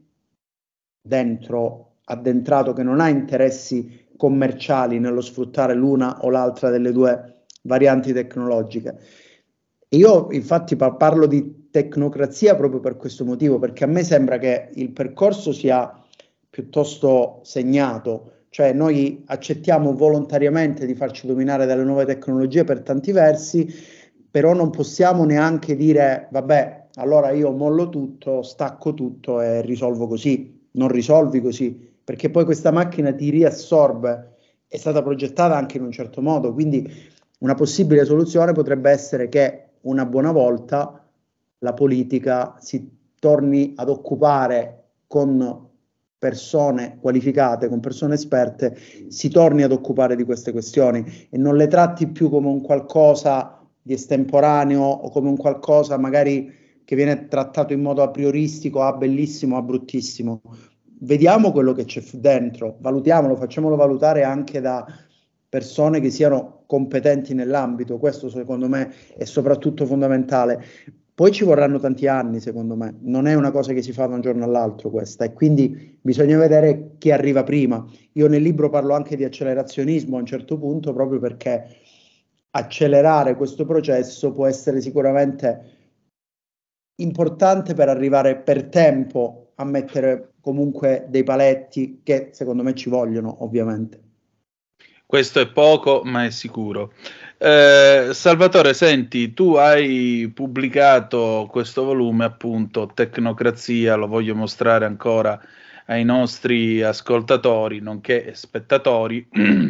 dentro, addentrato, che non ha interessi commerciali nello sfruttare l'una o l'altra delle due varianti tecnologiche. Io infatti pa- parlo di tecnocrazia proprio per questo motivo, perché a me sembra che il percorso sia piuttosto segnato, cioè noi accettiamo volontariamente di farci dominare dalle nuove tecnologie per tanti versi, però non possiamo neanche dire vabbè, allora io mollo tutto, stacco tutto e risolvo così. Non risolvi così, perché poi questa macchina ti riassorbe, è stata progettata anche in un certo modo, quindi una possibile soluzione potrebbe essere che una buona volta la politica si torni ad occupare con persone qualificate, con persone esperte, si torni ad occupare di queste questioni e non le tratti più come un qualcosa di estemporaneo o come un qualcosa magari che viene trattato in modo a prioristico, ah bellissimo, ah bruttissimo. Vediamo quello che c'è dentro, valutiamolo, facciamolo valutare anche da persone che siano competenti nell'ambito, questo secondo me è soprattutto fondamentale. Poi ci vorranno tanti anni, secondo me, non è una cosa che si fa da un giorno all'altro questa, e quindi bisogna vedere chi arriva prima. Io nel libro parlo anche di accelerazionismo a un certo punto, proprio perché accelerare questo processo può essere sicuramente importante per arrivare per tempo a mettere comunque dei paletti che secondo me ci vogliono, ovviamente. Questo è poco, ma è sicuro. Eh, Salvatore, senti, tu hai pubblicato questo volume, appunto, Tecnocrazia, lo voglio mostrare ancora ai nostri ascoltatori, nonché spettatori,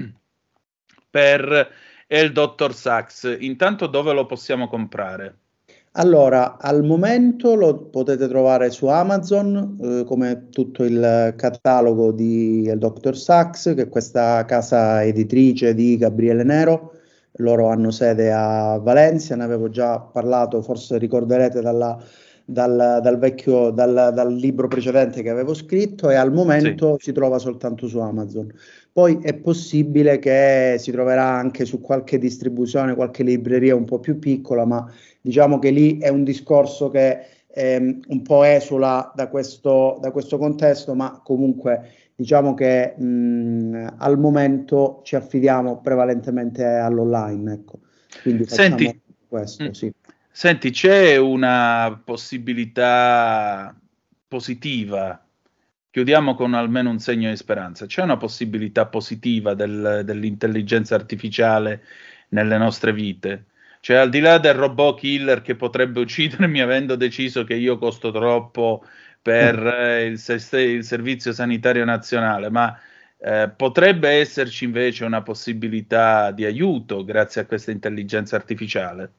per il dottor Sachs. Intanto dove lo possiamo comprare? Allora, al momento lo potete trovare su Amazon, eh, come tutto il catalogo di il doctor Sachs, che è questa casa editrice di Gabriele Nero. Loro hanno sede a Valencia, ne avevo già parlato, forse ricorderete dalla, dal, dal vecchio, dal, dal libro precedente che avevo scritto, e al momento sì, si trova soltanto su Amazon. Poi è possibile che si troverà anche su qualche distribuzione, qualche libreria un po' più piccola, ma diciamo che lì è un discorso che ehm, un po' esula da questo, da questo contesto, ma comunque diciamo che mh, al momento ci affidiamo prevalentemente all'online, ecco. Quindi facciamo Senti, questo, mm, sì. senti, c'è una possibilità positiva, chiudiamo con almeno un segno di speranza, c'è una possibilità positiva del- dell'intelligenza artificiale nelle nostre vite? Cioè, al di là del robot killer che potrebbe uccidermi avendo deciso che io costo troppo per eh, il, se- il Servizio Sanitario Nazionale, ma eh, potrebbe esserci invece una possibilità di aiuto grazie a questa intelligenza artificiale?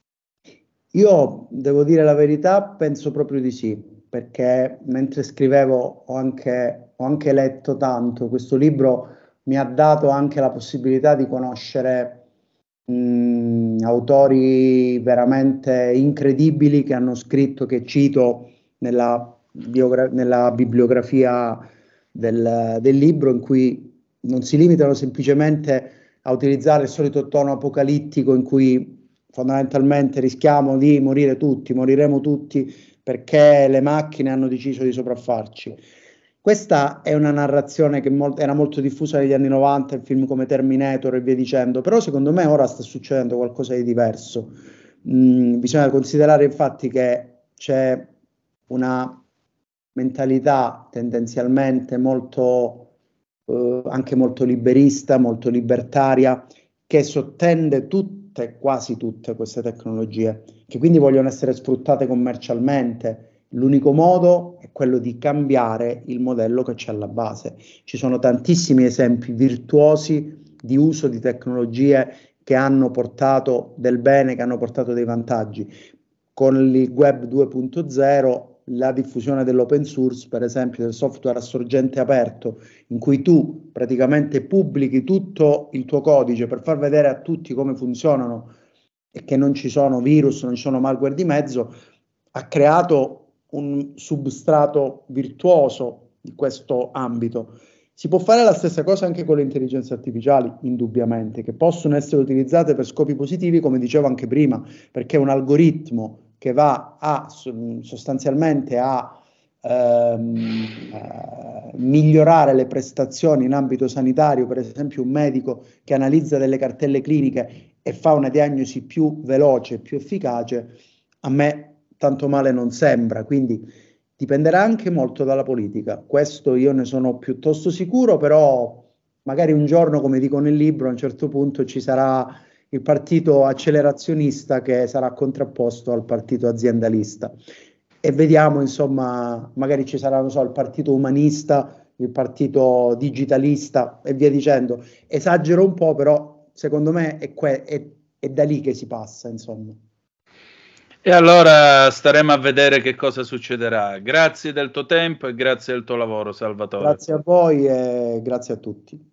Io devo dire la verità, penso proprio di sì, perché mentre scrivevo ho anche, ho anche letto tanto. Questo libro mi ha dato anche la possibilità di conoscere mh, autori veramente incredibili che hanno scritto, che cito nella, biogra- nella bibliografia del, del libro, in cui non si limitano semplicemente a utilizzare il solito tono apocalittico in cui fondamentalmente rischiamo di morire tutti, moriremo tutti perché le macchine hanno deciso di sopraffarci. Questa è una narrazione che mol- era molto diffusa negli anni novanta, in film come Terminator e via dicendo, però secondo me ora sta succedendo qualcosa di diverso. Mm, bisogna considerare infatti che c'è una mentalità tendenzialmente molto, eh, anche molto liberista, molto libertaria, che sottende tutte, quasi tutte queste tecnologie, che quindi vogliono essere sfruttate commercialmente. L'unico modo è quello di cambiare il modello che c'è alla base. Ci sono tantissimi esempi virtuosi di uso di tecnologie che hanno portato del bene, che hanno portato dei vantaggi. Con il web due punto zero, la diffusione dell'open source, per esempio del software a sorgente aperto, in cui tu praticamente pubblichi tutto il tuo codice per far vedere a tutti come funzionano e che non ci sono virus, non ci sono malware di mezzo, ha creato un substrato virtuoso di questo ambito. Si può fare la stessa cosa anche con le intelligenze artificiali, indubbiamente, che possono essere utilizzate per scopi positivi, come dicevo anche prima, perché un algoritmo che va a sostanzialmente a ehm, eh, migliorare le prestazioni in ambito sanitario, per esempio un medico che analizza delle cartelle cliniche e fa una diagnosi più veloce, più efficace, a me tanto male non sembra, quindi dipenderà anche molto dalla politica. Questo io ne sono piuttosto sicuro, però magari un giorno, come dico nel libro, a un certo punto ci sarà il partito accelerazionista che sarà contrapposto al partito aziendalista. E vediamo, insomma, magari ci sarà, non so, il partito umanista, il partito digitalista e via dicendo. Esagero un po', però secondo me è, que- è, è da lì che si passa, insomma. E allora staremo a vedere che cosa succederà. Grazie del tuo tempo e grazie del tuo lavoro, Salvatore. Grazie a voi e grazie a tutti.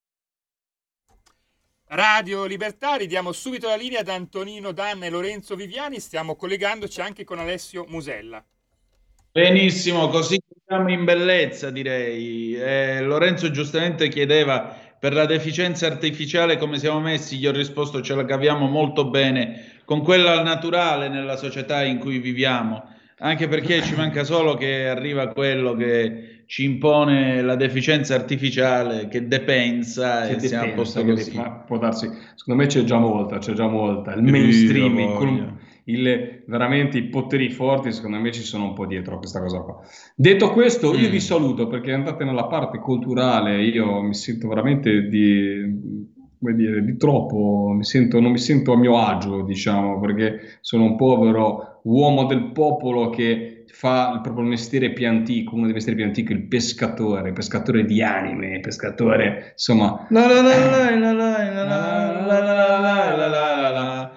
Radio Libertà, ridiamo subito la linea ad Antonino Danna e Lorenzo Viviani, stiamo collegandoci anche con Alessio Musella. Benissimo, così siamo in bellezza, direi. Eh, Lorenzo giustamente chiedeva per la deficienza artificiale come siamo messi, gli ho risposto ce la caviamo molto bene con quella naturale nella società in cui viviamo, anche perché ci manca solo che arriva quello che ci impone la deficienza artificiale, che depensa Che e siamo a depensa, posto che così. dep- può darsi. Secondo me c'è già molta, c'è già molta. Il Sì, mainstreaming, lo con voglio. il- veramente i poteri forti, secondo me ci sono un po' dietro a questa cosa qua. Detto questo, io Mm. vi saluto perché andate nella parte culturale, io mi sento veramente di, come dire, di troppo, mi sento, non mi sento a mio agio, diciamo, perché sono un povero uomo del popolo che fa il proprio mestiere più antico, uno dei mestieri più antichi, il pescatore, il pescatore di anime, il pescatore, insomma... La la la la la la la la la la la la la.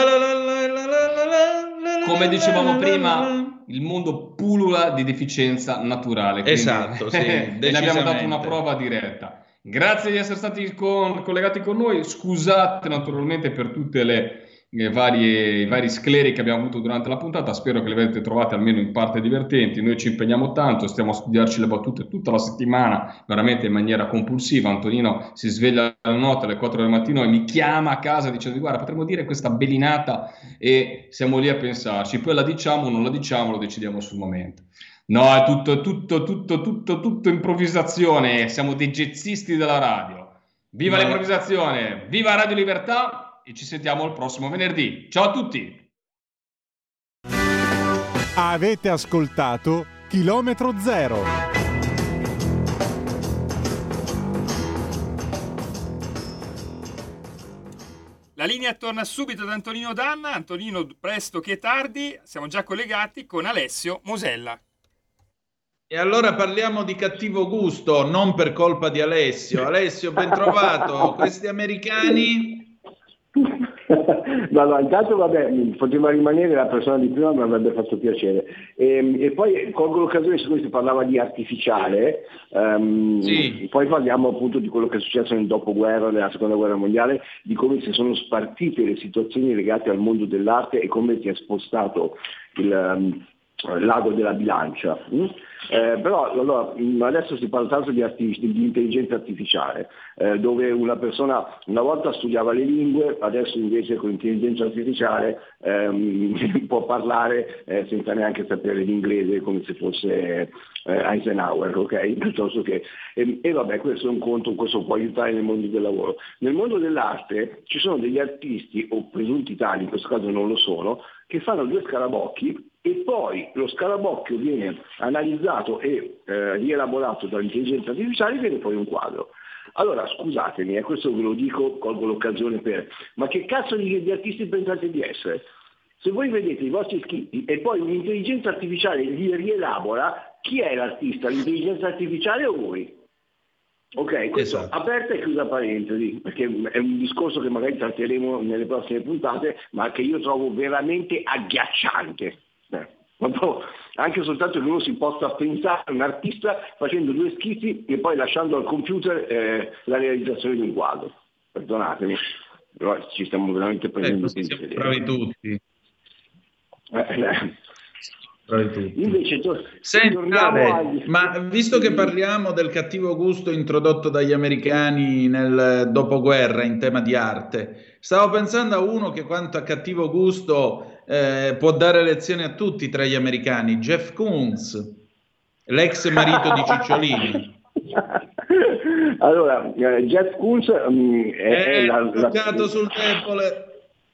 Come dicevamo prima, il mondo pullula di deficienza naturale, quindi Esatto, sì, e ne abbiamo dato una decisamente. prova diretta. Grazie di essere stati con- collegati con noi, scusate naturalmente per tutte le i vari, i vari scleri che abbiamo avuto durante la puntata. Spero che le avete trovate almeno in parte divertenti. Noi ci impegniamo tanto, stiamo a studiarci le battute tutta la settimana, veramente in maniera compulsiva. Antonino si sveglia la notte alle quattro del mattino e mi chiama a casa dicendo: guarda, potremmo dire questa belinata, e siamo lì a pensarci. Poi la diciamo o non la diciamo, lo decidiamo sul momento. No, è tutto, tutto, tutto, tutto, tutto improvvisazione. Siamo dei jazzisti della radio. Viva Ma... l'improvvisazione, viva Radio Libertà, e ci sentiamo il prossimo venerdì. Ciao a tutti. Avete ascoltato Chilometro Zero. La linea torna subito ad Antonino Danna. Antonino, presto che tardi, siamo già collegati con Alessio Mosella. E allora parliamo di cattivo gusto, non per colpa di Alessio. Alessio, ben trovato. Questi americani... No, no, intanto vabbè, poteva rimanere la persona di prima, mi avrebbe fatto piacere. E, e poi colgo l'occasione, siccome si parlava di artificiale, um, sì. Poi parliamo appunto di quello che è successo nel dopoguerra, nella seconda guerra mondiale, di come si sono spartite le situazioni legate al mondo dell'arte e come si è spostato il... Um, l'ago della bilancia. Mm? Eh, però allora, adesso si parla tanto di, arti- di intelligenza artificiale, eh, dove una persona una volta studiava le lingue, adesso invece con l'intelligenza artificiale ehm, può parlare eh, senza neanche sapere l'inglese, come se fosse eh, Eisenhower, ok? Piuttosto che, e, e vabbè, questo è un conto, questo può aiutare nel mondo del lavoro. Nel mondo dell'arte ci sono degli artisti, o presunti tali, in questo caso non lo sono, che fanno due scarabocchi e poi lo scarabocchio viene analizzato e eh, rielaborato dall'intelligenza artificiale e viene poi un quadro. Allora scusatemi, eh, questo ve lo dico, colgo l'occasione per... Ma che cazzo di, di artisti pensate di essere? Se voi vedete i vostri scritti e poi un'intelligenza artificiale li rielabora, chi è l'artista? L'intelligenza artificiale o voi? Ok, questo esatto. Aperta e chiusa parentesi, perché è un discorso che magari tratteremo nelle prossime puntate, ma che io trovo veramente agghiacciante. Eh, anche soltanto che uno si possa pensare a un artista facendo due schizzi e poi lasciando al computer eh, la realizzazione di un quadro. Perdonatemi, però ci stiamo veramente prendendo eh, siamo bravi tutti. Eh, eh. Tutti. Invece to- Sentite, agli... ma visto che parliamo del cattivo gusto introdotto dagli americani nel dopoguerra in tema di arte, stavo pensando a uno che quanto a cattivo gusto eh, può dare lezioni a tutti tra gli americani, Jeff Koons, l'ex marito di Cicciolini. Allora, eh, Jeff Koons um, è, è, è la, la... sul debole.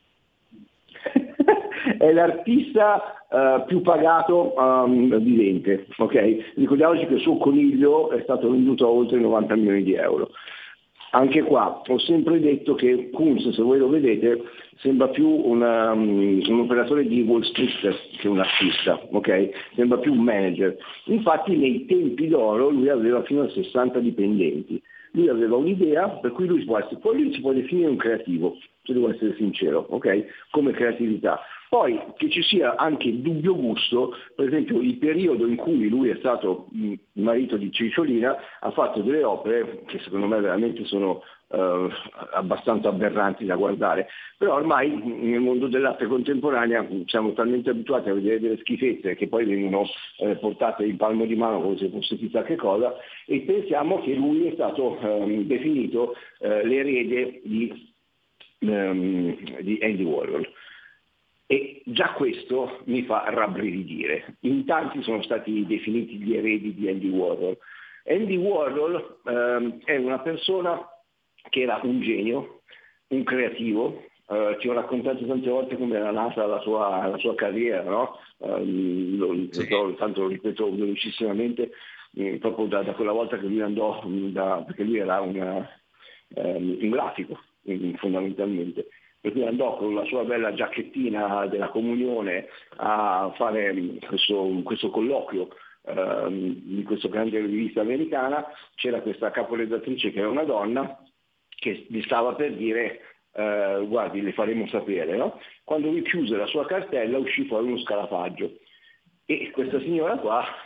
È l'artista uh, più pagato um, vivente, ok? Ricordiamoci che il suo coniglio è stato venduto a oltre novanta milioni di euro. Anche qua ho sempre detto che Koons, se voi lo vedete, sembra più una, um, un operatore di Wall Street che un artista, ok? Sembra più un manager. Infatti nei tempi d'oro lui aveva fino a sessanta dipendenti. Lui aveva un'idea per cui lui può essere, poi lui si può definire un creativo, se devo essere sincero, ok? Come creatività. Poi che ci sia anche dubbio gusto, per esempio il periodo in cui lui è stato il marito di Cicciolina ha fatto delle opere che secondo me veramente sono eh, abbastanza aberranti da guardare, però ormai nel mondo dell'arte contemporanea siamo talmente abituati a vedere delle schifezze che poi vengono eh, portate in palmo di mano come se fosse chissà che cosa, e pensiamo che lui è stato eh, definito eh, l'erede di, um, di Andy Warhol. E già questo mi fa rabbrividire. In tanti sono stati definiti gli eredi di Andy Warhol. Andy Warhol ehm, è una persona che era un genio, un creativo, eh, ci ho raccontato tante volte come era nata la sua, la sua carriera, no? Eh, lo, sì. lo, tanto lo ripeto velocissimamente, eh, proprio da, da quella volta che lui andò, da, perché lui era una, um, un grafico fondamentalmente. Per cui andò con la sua bella giacchettina della comunione a fare questo, questo colloquio eh, di questa grande rivista americana. C'era questa caporedattrice che era una donna che gli stava per dire eh, guardi, le faremo sapere, no? Quando lui chiuse la sua cartella uscì fuori uno scarafaggio e questa signora qua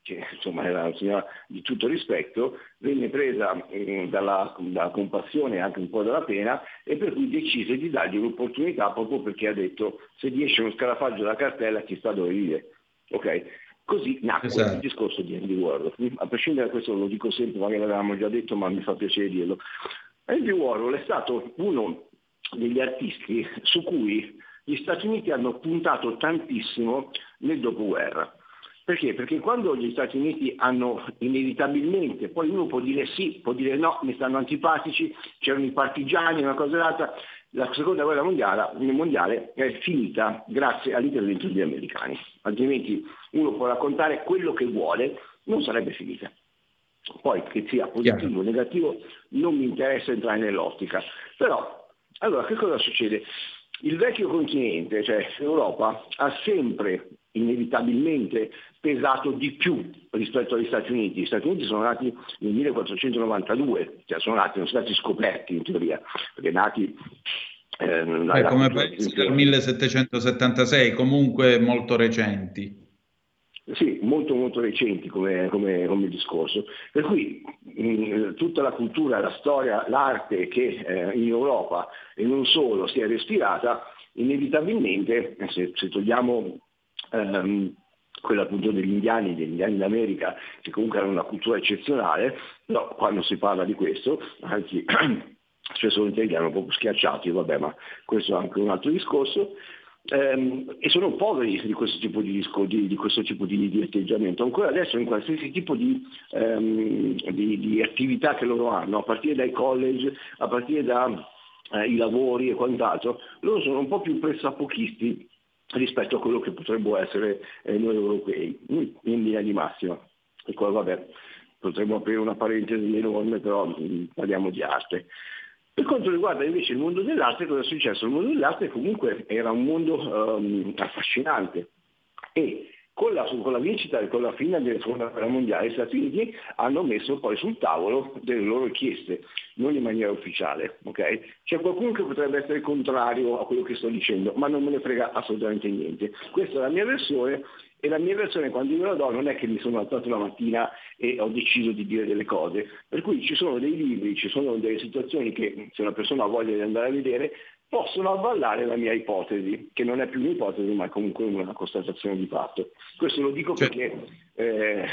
che insomma era una signora di tutto rispetto, venne presa eh, dalla, dalla compassione e anche un po' dalla pena, e per cui decise di dargli un'opportunità, proprio perché ha detto: se gli esce uno scarafaggio dalla cartella, chissà dove vive. Ok? Così nacque esatto. il discorso di Andy Warhol. A prescindere da questo, lo dico sempre, magari l'avevamo già detto, ma mi fa piacere dirlo. Andy Warhol è stato uno degli artisti su cui gli Stati Uniti hanno puntato tantissimo nel dopoguerra. Perché? Perché quando gli Stati Uniti hanno inevitabilmente, poi uno può dire sì, può dire no, mi stanno antipatici, c'erano i partigiani, una cosa e l'altra, la seconda guerra mondiale, mondiale è finita grazie all'intervento degli americani, altrimenti uno può raccontare quello che vuole, non sarebbe finita. Poi che sia positivo o negativo non mi interessa entrare nell'ottica, però allora che cosa succede? Il vecchio continente, cioè l'Europa, ha sempre inevitabilmente pesato di più rispetto agli Stati Uniti. Gli Stati Uniti sono nati nel millequattrocentonovantadue, cioè sono nati, non sono stati scoperti in teoria, perché nati eh, Beh, come paesi del millesettecentosettantasei, comunque molto recenti. Sì, molto molto recenti come, come, come discorso. Per cui mh, tutta la cultura, la storia, l'arte che eh, in Europa e non solo si è respirata, inevitabilmente, se, se togliamo ehm, quella appunto degli indiani, degli indiani d'America, che comunque hanno una cultura eccezionale, però quando si parla di questo, anzi spesso li hanno proprio schiacciati, vabbè, ma questo è anche un altro discorso. Ehm, e sono poveri di questo tipo di, disco, di, di, questo tipo di, di atteggiamento. Ancora adesso in qualsiasi tipo di, ehm, di, di attività che loro hanno, a partire dai college, a partire dai eh, lavori e quant'altro, loro sono un po' più pressapochisti rispetto a quello che potrebbero essere eh, noi europei, in linea di massima. E qua vabbè, potremmo aprire una parentesi enorme, però mh, parliamo di arte. Per quanto riguarda invece il mondo dell'arte, cosa è successo? Il mondo dell'arte comunque era un mondo um, affascinante, e con la, con la vincita e con la fine della seconda guerra mondiale gli Stati Uniti hanno messo poi sul tavolo delle loro richieste, non in maniera ufficiale. Okay? C'è qualcuno che potrebbe essere contrario a quello che sto dicendo, ma non me ne frega assolutamente niente. Questa è la mia versione. E la mia versione, quando io la do, non è che mi sono alzato la mattina e ho deciso di dire delle cose. Per cui ci sono dei libri, ci sono delle situazioni che, se una persona ha voglia di andare a vedere, possono avvallare la mia ipotesi, che non è più un'ipotesi, ma è comunque una constatazione di fatto. Questo lo dico cioè. perché eh,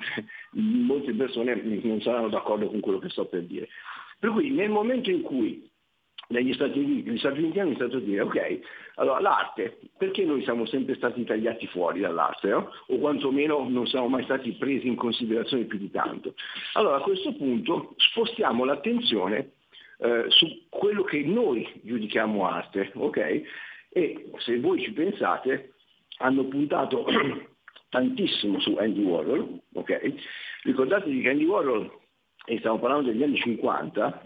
molte persone non saranno d'accordo con quello che sto per dire. Per cui nel momento in cui negli Stati Uniti, gli Stati Uniti hanno iniziato a dire ok, allora l'arte, perché noi siamo sempre stati tagliati fuori dall'arte, no? O quantomeno non siamo mai stati presi in considerazione più di tanto? Allora a questo punto spostiamo l'attenzione eh, su quello che noi giudichiamo arte, ok? E se voi ci pensate, hanno puntato tantissimo su Andy Warhol, ok? Ricordatevi che Andy Warhol, e stiamo parlando degli anni cinquanta,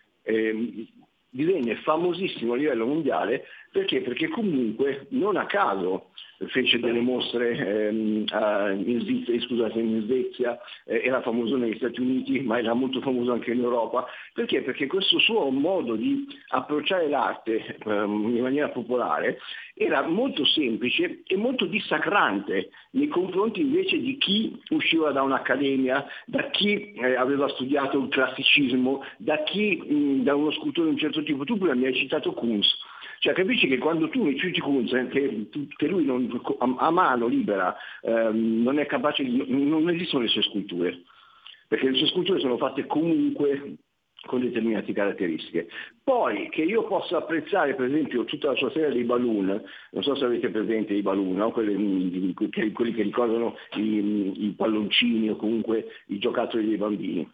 ehm, divenne famosissimo a livello mondiale perché? Perché comunque non a caso fece delle mostre ehm, in, Svizzera, scusate, in Svezia, eh, era famoso negli Stati Uniti, ma era molto famoso anche in Europa. Perché? Perché questo suo modo di approcciare l'arte ehm, in maniera popolare era molto semplice e molto dissacrante nei confronti invece di chi usciva da un'accademia, da chi eh, aveva studiato il classicismo, da chi mh, da uno scultore di un certo tipo. Tu pure mi hai citato Kunz. Cioè capisci che quando tu mi citi Kunz, che, che lui non, a, a mano libera ehm, non è capace di, non esistono le sue sculture, perché le sue sculture sono fatte comunque con determinate caratteristiche. Poi che io possa apprezzare per esempio tutta la sua serie dei balloon, non so se avete presente i balloon, no? quelli, che, quelli che ricordano i, i palloncini o comunque i giocattoli dei bambini.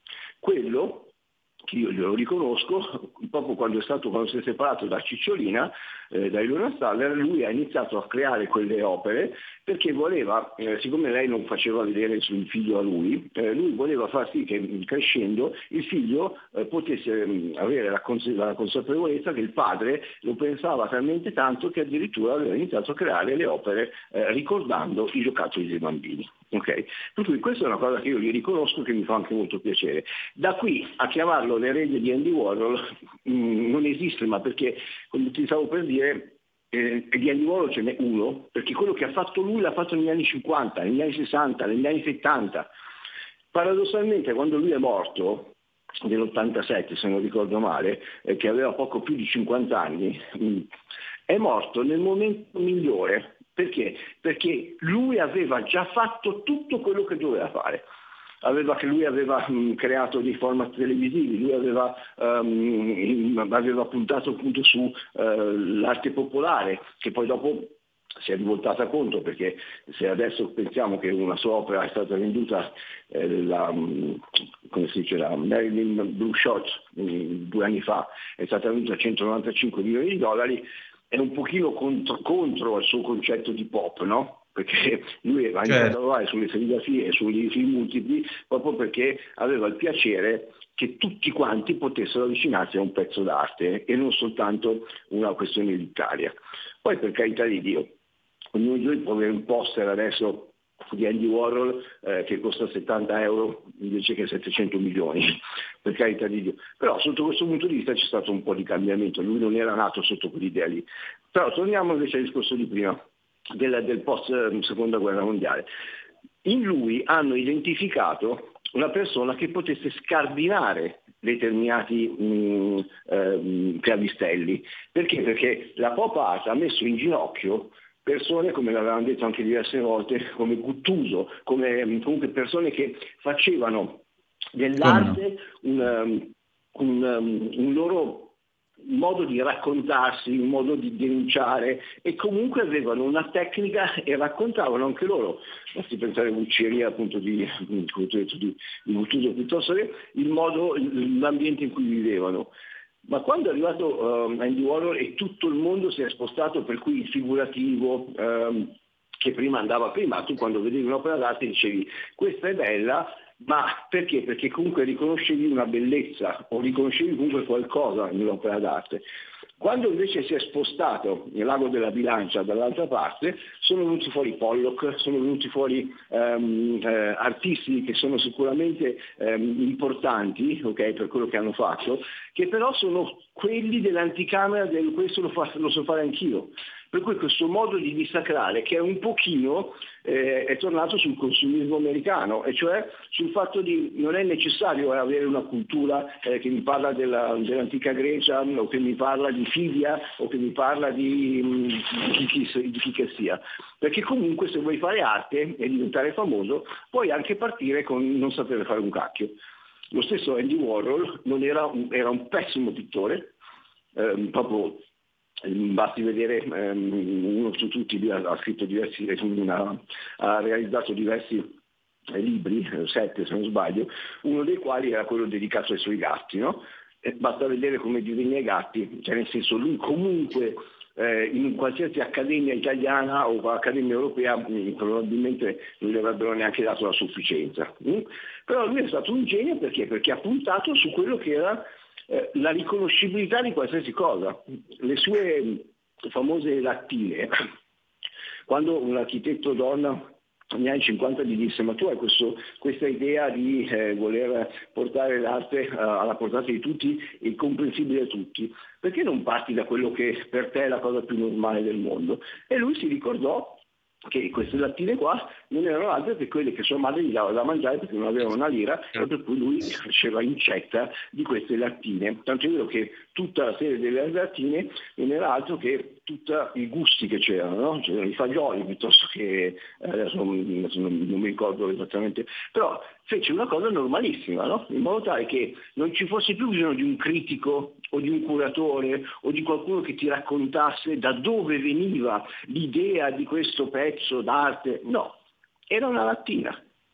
Quello che io glielo riconosco, proprio quando è stato, quando si è separato da Cicciolina, eh, da Ilona Staller, lui ha iniziato a creare quelle opere perché voleva, eh, siccome lei non faceva vedere il figlio a lui, eh, lui voleva far sì che crescendo il figlio eh, potesse mh, avere la, cons- la consapevolezza che il padre lo pensava talmente tanto che addirittura aveva iniziato a creare le opere eh, ricordando i giocattoli dei bambini. Okay? Per cui questa è una cosa che io gli riconosco, che mi fa anche molto piacere. Da qui a chiamarlo l'erede di Andy Warhol mh, non esiste, ma perché, come ti stavo per dire, eh, e di Andy Warhol ce n'è uno, perché quello che ha fatto lui l'ha fatto negli anni cinquanta, negli anni sessanta, negli anni settanta. Paradossalmente quando lui è morto, nell'ottantasette se non ricordo male, eh, che aveva poco più di cinquanta anni, mh, è morto nel momento migliore. Perché? Perché lui aveva già fatto tutto quello che doveva fare. Aveva, che lui aveva mh, creato dei format televisivi, lui aveva, um, aveva puntato appunto su uh, l'arte popolare, che poi dopo si è rivoltata contro, perché se adesso pensiamo che una sua opera è stata venduta, eh, la, come si dice, la Marilyn Blue Shot, due anni fa, è stata venduta a centonovantacinque milioni di dollari, è un pochino contro, contro il suo concetto di pop, no? Perché lui ha iniziato certo. a lavorare sulle serigrafie e sui film multipli proprio perché aveva il piacere che tutti quanti potessero avvicinarsi a un pezzo d'arte e non soltanto una questione elitaria. Poi, per carità di Dio, ognuno di noi può avere un poster adesso di Andy Warhol eh, che costa settanta euro invece che settecento milioni, per carità di Dio. Però sotto questo punto di vista c'è stato un po' di cambiamento, lui non era nato sotto quell'idea lì. Però torniamo invece al discorso di prima, del, del post seconda guerra mondiale. In lui hanno identificato una persona che potesse scardinare determinati mh, eh, clavistelli. Perché? Perché la pop art ha messo in ginocchio persone, come l'avevamo detto anche diverse volte, come Guttuso, come comunque persone che facevano dell'arte un, un, un loro modo di raccontarsi, un modo di denunciare, e comunque avevano una tecnica e raccontavano anche loro. Basti pensare a Vucceria appunto di, di, di Guttuso, piuttosto che il modo, l'ambiente in cui vivevano. Ma quando è arrivato uh, Andy Warhol e tutto il mondo si è spostato, per cui il figurativo um, che prima andava prima, tu quando vedevi un'opera d'arte dicevi questa è bella, ma perché? Perché comunque riconoscevi una bellezza o riconoscevi comunque qualcosa nell'opera d'arte. Quando invece si è spostato nel lago della bilancia dall'altra parte, sono venuti fuori Pollock, sono venuti fuori um, eh, artisti che sono sicuramente um, importanti, okay, per quello che hanno fatto, che però sono quelli dell'anticamera del questo lo, fa, lo so fare anch'io. Per cui questo modo di dissacrare che è un pochino eh, è tornato sul consumismo americano, e cioè sul fatto di non è necessario avere una cultura eh, che mi parla della, dell'antica Grecia o che mi parla di Fidia o che mi parla di, di, chi, di chi che sia, perché comunque se vuoi fare arte e diventare famoso puoi anche partire con non sapere fare un cacchio. Lo stesso Andy Warhol non era, un, era un pessimo pittore, eh, proprio. Basti vedere um, uno su tutti, ha, ha scritto diversi, una, ha realizzato diversi eh, libri, sette se non sbaglio, uno dei quali era quello dedicato ai suoi gatti, no? E basta vedere come disegna i gatti, cioè nel senso lui comunque eh, in qualsiasi accademia italiana o accademia europea mh, probabilmente non gli avrebbero neanche dato la sufficienza. Mh? Però lui è stato un genio perché? Perché ha puntato su quello che era Eh, la riconoscibilità di qualsiasi cosa. Le sue famose lattine, quando un architetto donna negli anni cinquanta gli disse ma tu hai questo, questa idea di eh, voler portare l'arte uh, alla portata di tutti e comprensibile a tutti, perché non parti da quello che per te è la cosa più normale del mondo? E lui si ricordò che queste lattine qua non erano altre che quelle che sua madre gli dava da mangiare perché non aveva una lira, e per cui lui faceva incetta di queste lattine. Tanto è vero che tutta la serie delle lattine non era altro che tutti i gusti che c'erano, no? C'erano i fagioli piuttosto che, adesso non, adesso non, non mi ricordo esattamente, però fece una cosa normalissima, no? In modo tale che non ci fosse più bisogno di un critico o di un curatore o di qualcuno che ti raccontasse da dove veniva l'idea di questo pezzo d'arte. No, era una lattina.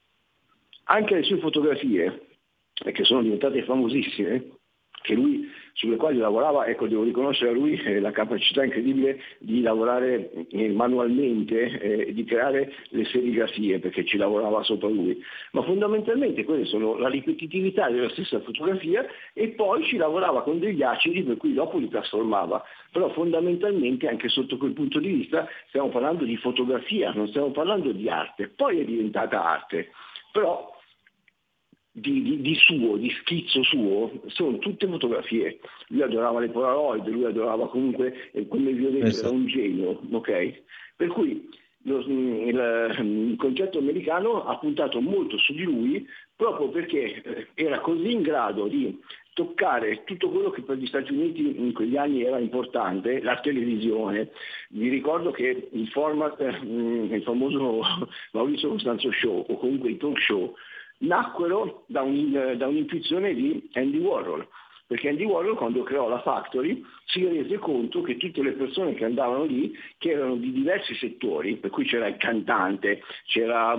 Anche le sue fotografie, che sono diventate famosissime, che lui, sulle quali lavorava, ecco, devo riconoscere a lui eh, la capacità incredibile di lavorare eh, manualmente e eh, di creare le serigrafie, perché ci lavorava sopra lui, ma fondamentalmente quelle sono la ripetitività della stessa fotografia, e poi ci lavorava con degli acidi per cui dopo li trasformava. Però fondamentalmente anche sotto quel punto di vista stiamo parlando di fotografia, non stiamo parlando di arte. Poi è diventata arte, però Di, di, di suo, di schizzo suo, sono tutte fotografie. Lui adorava le Polaroid, lui adorava comunque, eh, come vi ho detto, esatto. Era un genio, ok? Per cui lo, il, il concetto americano ha puntato molto su di lui proprio perché era così in grado di toccare tutto quello che per gli Stati Uniti in quegli anni era importante, la televisione. Vi ricordo che il format, il famoso Maurizio Costanzo Show, o comunque i talk show, nacquero da, un, da un'intuizione di Andy Warhol, perché Andy Warhol, quando creò la Factory, si rese conto che tutte le persone che andavano lì, che erano di diversi settori, per cui c'era il cantante, c'era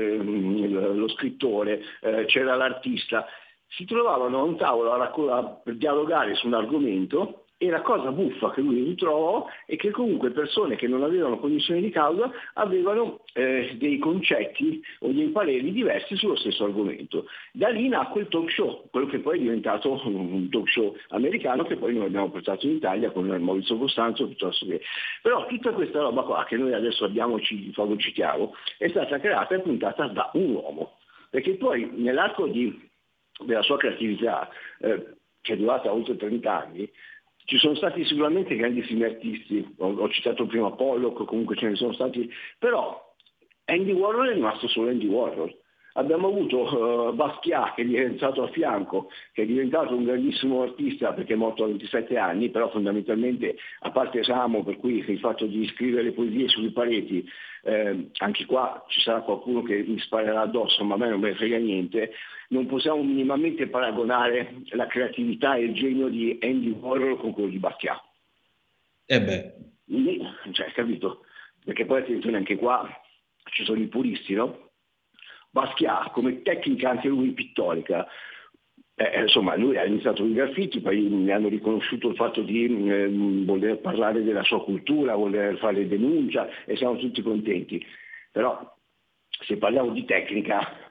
um, lo scrittore, eh, c'era l'artista, si trovavano a un tavolo a raccola, per dialogare su un argomento. E la cosa buffa che lui ritrovò è che comunque persone che non avevano cognizione di causa avevano eh, dei concetti o dei pareri diversi sullo stesso argomento. Da lì nacque il talk show, quello che poi è diventato un talk show americano che poi noi abbiamo portato in Italia con Maurizio Costanzo piuttosto che... Però tutta questa roba qua che noi adesso abbiamo fagocitiamo è stata creata e puntata da un uomo, perché poi nell'arco di, della sua creatività eh, che è durata oltre trenta anni, ci sono stati sicuramente grandissimi artisti, ho, ho citato prima Pollock, comunque ce ne sono stati, però Andy Warhol è rimasto solo Andy Warhol. Abbiamo avuto uh, Basquiat che gli è stato a fianco, che è diventato un grandissimo artista perché è morto a ventisette anni, però fondamentalmente, a parte Samo, per cui il fatto di scrivere poesie sulle pareti, eh, anche qua ci sarà qualcuno che mi sparerà addosso, ma a me non me ne frega niente, non possiamo minimamente paragonare la creatività e il genio di Andy Warhol con quello di Basquiat. E eh beh. Cioè, capito? Perché poi attenzione, anche qua ci sono i puristi, no? Basquiat come tecnica anche lui pittorica, eh, insomma lui ha iniziato i graffiti, poi mi hanno riconosciuto il fatto di eh, voler parlare della sua cultura, voler fare denuncia e siamo tutti contenti, però se parliamo di tecnica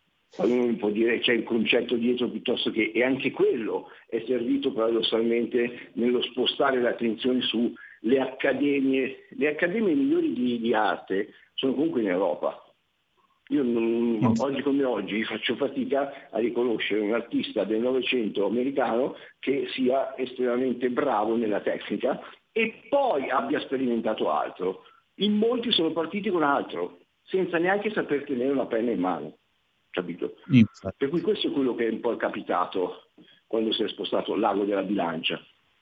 uno può dire c'è il concetto dietro piuttosto che, e anche quello è servito paradossalmente nello spostare l'attenzione su le accademie, le accademie migliori di, di arte sono comunque in Europa. Io non, oggi come oggi faccio fatica a riconoscere un artista del Novecento americano che sia estremamente bravo nella tecnica e poi abbia sperimentato altro. In molti sono partiti con altro, senza neanche saper tenere una penna in mano, capito? Infatti. Per cui questo è quello che è un po' è capitato quando si è spostato l'ago della bilancia.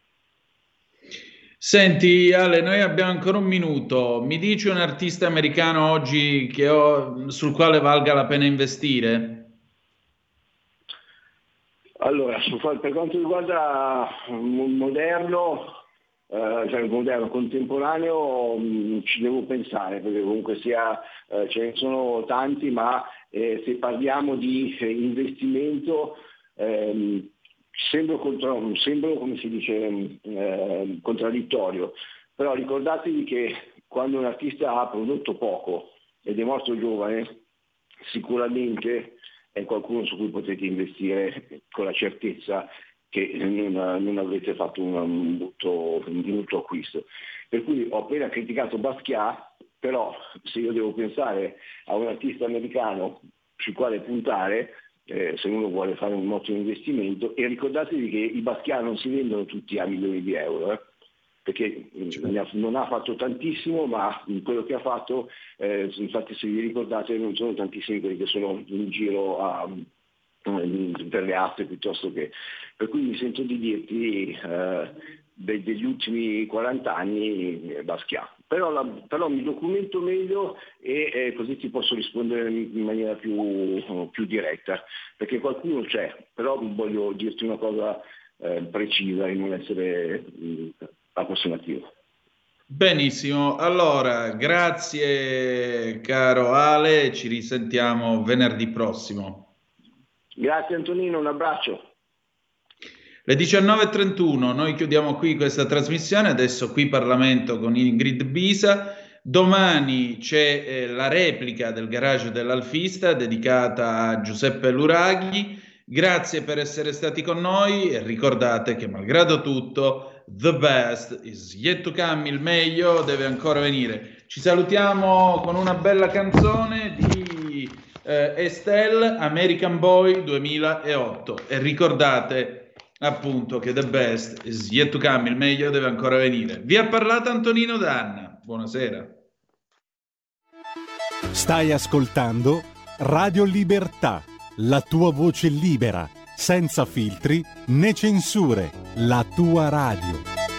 Senti Ale, noi abbiamo ancora un minuto, mi dici un artista americano oggi che ho, sul quale valga la pena investire? Allora, su, per quanto riguarda un moderno, eh, cioè il moderno contemporaneo, mh, ci devo pensare, perché comunque sia, eh, ce ne sono tanti, ma eh, se parliamo di eh, investimento, ehm, Sembro, contro, sembro, come si dice, eh, contraddittorio, però ricordatevi che quando un artista ha prodotto poco ed è morto giovane, sicuramente è qualcuno su cui potete investire con la certezza che non, non avrete fatto un, un, brutto, un brutto acquisto. Per cui ho appena criticato Basquiat, però se io devo pensare a un artista americano sul quale puntare, Eh, se uno vuole fare un ottimo investimento, e ricordatevi che i Basquiat non si vendono tutti a milioni di euro, eh, perché eh, non ha fatto tantissimo, ma quello che ha fatto, eh, infatti se vi ricordate non sono tantissimi quelli che sono in giro a, per le aste piuttosto che, per cui mi sento di dirti eh, de, degli ultimi quaranta anni eh, Basquiat. Però, la, però mi documento meglio e eh, così ti posso rispondere in maniera più, più diretta, perché qualcuno c'è, però voglio dirti una cosa eh, precisa e non essere mh, approssimativo. Benissimo, allora grazie caro Ale, ci risentiamo venerdì prossimo. Grazie Antonino, un abbraccio. Le diciannove e trentuno, noi chiudiamo qui questa trasmissione, adesso qui Parlamento con Ingrid Bisa, domani c'è eh, la replica del Garage dell'Alfista dedicata a Giuseppe Luraghi, grazie per essere stati con noi e ricordate che malgrado tutto, the best is yet to come, il meglio deve ancora venire. Ci salutiamo con una bella canzone di eh, Estelle, American Boy duemilaotto. E ricordate appunto che the best is yet to come, il meglio deve ancora venire. Vi ha parlato Antonino Danna, buonasera. Stai ascoltando Radio Libertà, la tua voce libera, senza filtri né censure, la tua radio.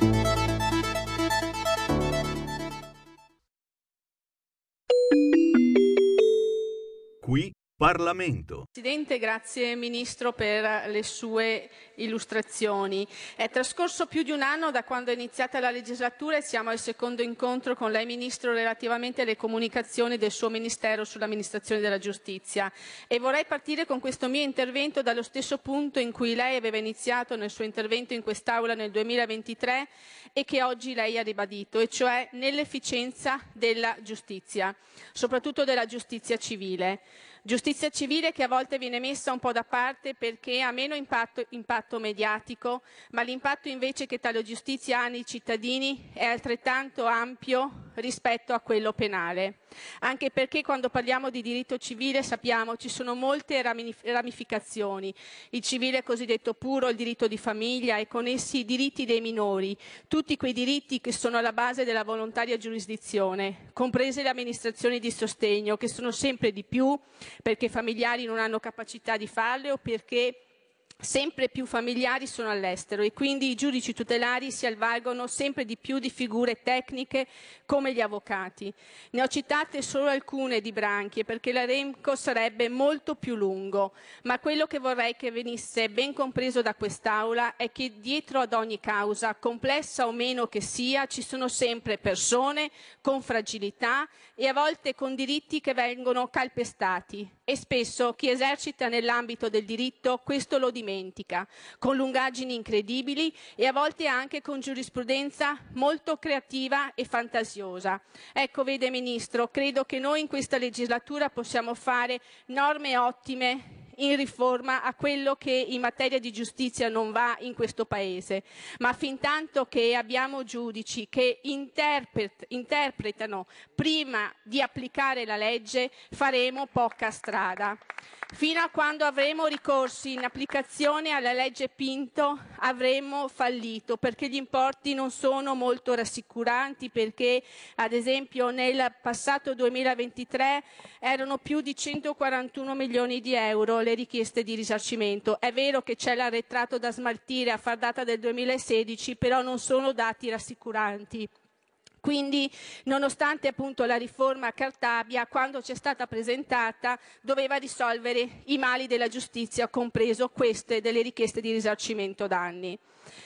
Qui Parlamento. Presidente, grazie Ministro per le sue illustrazioni. È trascorso più di un anno da quando è iniziata la legislatura e siamo al secondo incontro con lei Ministro relativamente alle comunicazioni del suo Ministero sull'amministrazione della giustizia. E vorrei partire con questo mio intervento dallo stesso punto in cui lei aveva iniziato nel suo intervento in quest'Aula nel duemilaventitré e che oggi lei ha ribadito, e cioè nell'efficienza della giustizia, soprattutto della giustizia civile. Giustizia civile che a volte viene messa un po' da parte perché ha meno impatto, impatto mediatico, ma l'impatto invece che tale giustizia ha nei cittadini è altrettanto ampio rispetto a quello penale. Anche perché quando parliamo di diritto civile sappiamo ci sono molte ramificazioni. Il civile cosiddetto puro, il diritto di famiglia e con essi i diritti dei minori, tutti quei diritti che sono alla base della volontaria giurisdizione, comprese le amministrazioni di sostegno che sono sempre di più perché i familiari non hanno capacità di farle o perché sempre più familiari sono all'estero e quindi i giudici tutelari si avvalgono sempre di più di figure tecniche come gli avvocati. Ne ho citate solo alcune di branchie perché l'elenco sarebbe molto più lungo, ma quello che vorrei che venisse ben compreso da quest'Aula è che dietro ad ogni causa, complessa o meno che sia, ci sono sempre persone con fragilità e a volte con diritti che vengono calpestati e spesso chi esercita nell'ambito del diritto questo lo dimentica, con lungaggini incredibili e a volte anche con giurisprudenza molto creativa e fantasiosa. Ecco, vede Ministro, credo che noi in questa legislatura possiamo fare norme ottime in riforma a quello che in materia di giustizia non va in questo Paese, ma fintanto che abbiamo giudici che interpret- interpretano prima di applicare la legge faremo poca strada. Fino a quando avremo ricorsi in applicazione alla legge Pinto avremo fallito perché gli importi non sono molto rassicuranti perché ad esempio nel passato duemilaventitré erano più di centoquarantuno milioni di euro le richieste di risarcimento. È vero che c'è l'arretrato da smaltire a far data del duemilasedici, però non sono dati rassicuranti. Quindi, nonostante appunto la riforma Cartabia, quando c'è stata presentata, doveva risolvere i mali della giustizia, compreso queste delle richieste di risarcimento danni.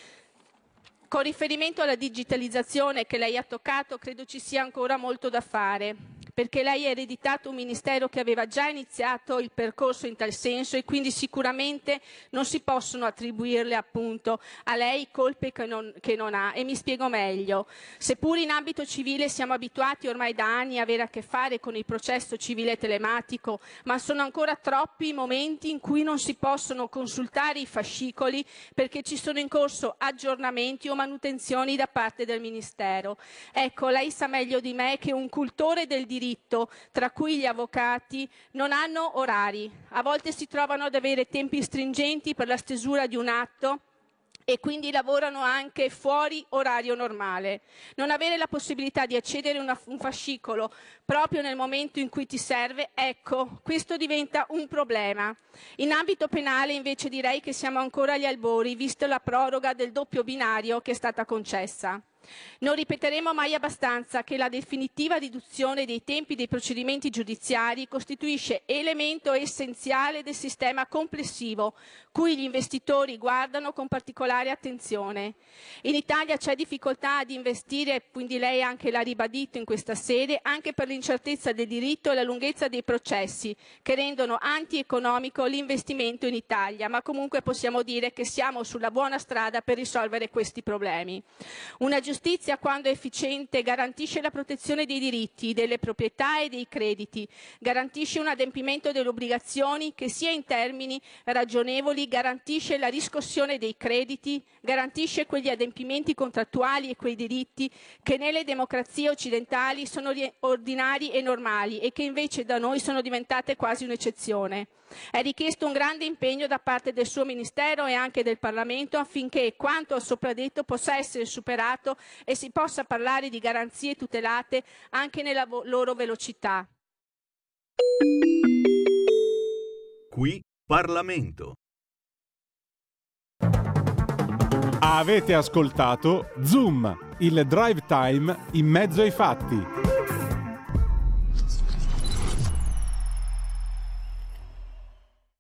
Con riferimento alla digitalizzazione che lei ha toccato, credo ci sia ancora molto da fare, perché lei ha ereditato un Ministero che aveva già iniziato il percorso in tal senso e quindi sicuramente non si possono attribuirle appunto a lei colpe che non, che non ha. E mi spiego meglio. Seppur in ambito civile siamo abituati ormai da anni a avere a che fare con il processo civile telematico, ma sono ancora troppi i momenti in cui non si possono consultare i fascicoli perché ci sono in corso aggiornamenti o manutenzioni da parte del Ministero. Ecco, lei sa meglio di me che un cultore del diritto, tra cui gli avvocati, non hanno orari. A volte si trovano ad avere tempi stringenti per la stesura di un atto e quindi lavorano anche fuori orario normale. Non avere la possibilità di accedere a un fascicolo proprio nel momento in cui ti serve, ecco, questo diventa un problema. In ambito penale invece direi che siamo ancora agli albori, vista la proroga del doppio binario che è stata concessa. Non ripeteremo mai abbastanza che la definitiva riduzione dei tempi dei procedimenti giudiziari costituisce elemento essenziale del sistema complessivo, cui gli investitori guardano con particolare attenzione. In Italia c'è difficoltà ad investire, quindi lei anche l'ha ribadito in questa sede, anche per l'incertezza del diritto e la lunghezza dei processi, che rendono antieconomico l'investimento in Italia, ma comunque possiamo dire che siamo sulla buona strada per risolvere questi problemi. Una giustizia, quando è efficiente, garantisce la protezione dei diritti, delle proprietà e dei crediti, garantisce un adempimento delle obbligazioni che sia in termini ragionevoli, garantisce la riscossione dei crediti, garantisce quegli adempimenti contrattuali e quei diritti che nelle democrazie occidentali sono ordinari e normali e che invece da noi sono diventate quasi un'eccezione. È richiesto un grande impegno da parte del suo Ministero e anche del Parlamento affinché quanto ho sopra detto possa essere superato e si possa parlare di garanzie tutelate anche nella vo- loro velocità. Qui Parlamento. Avete ascoltato Zoom, il drive time in mezzo ai fatti.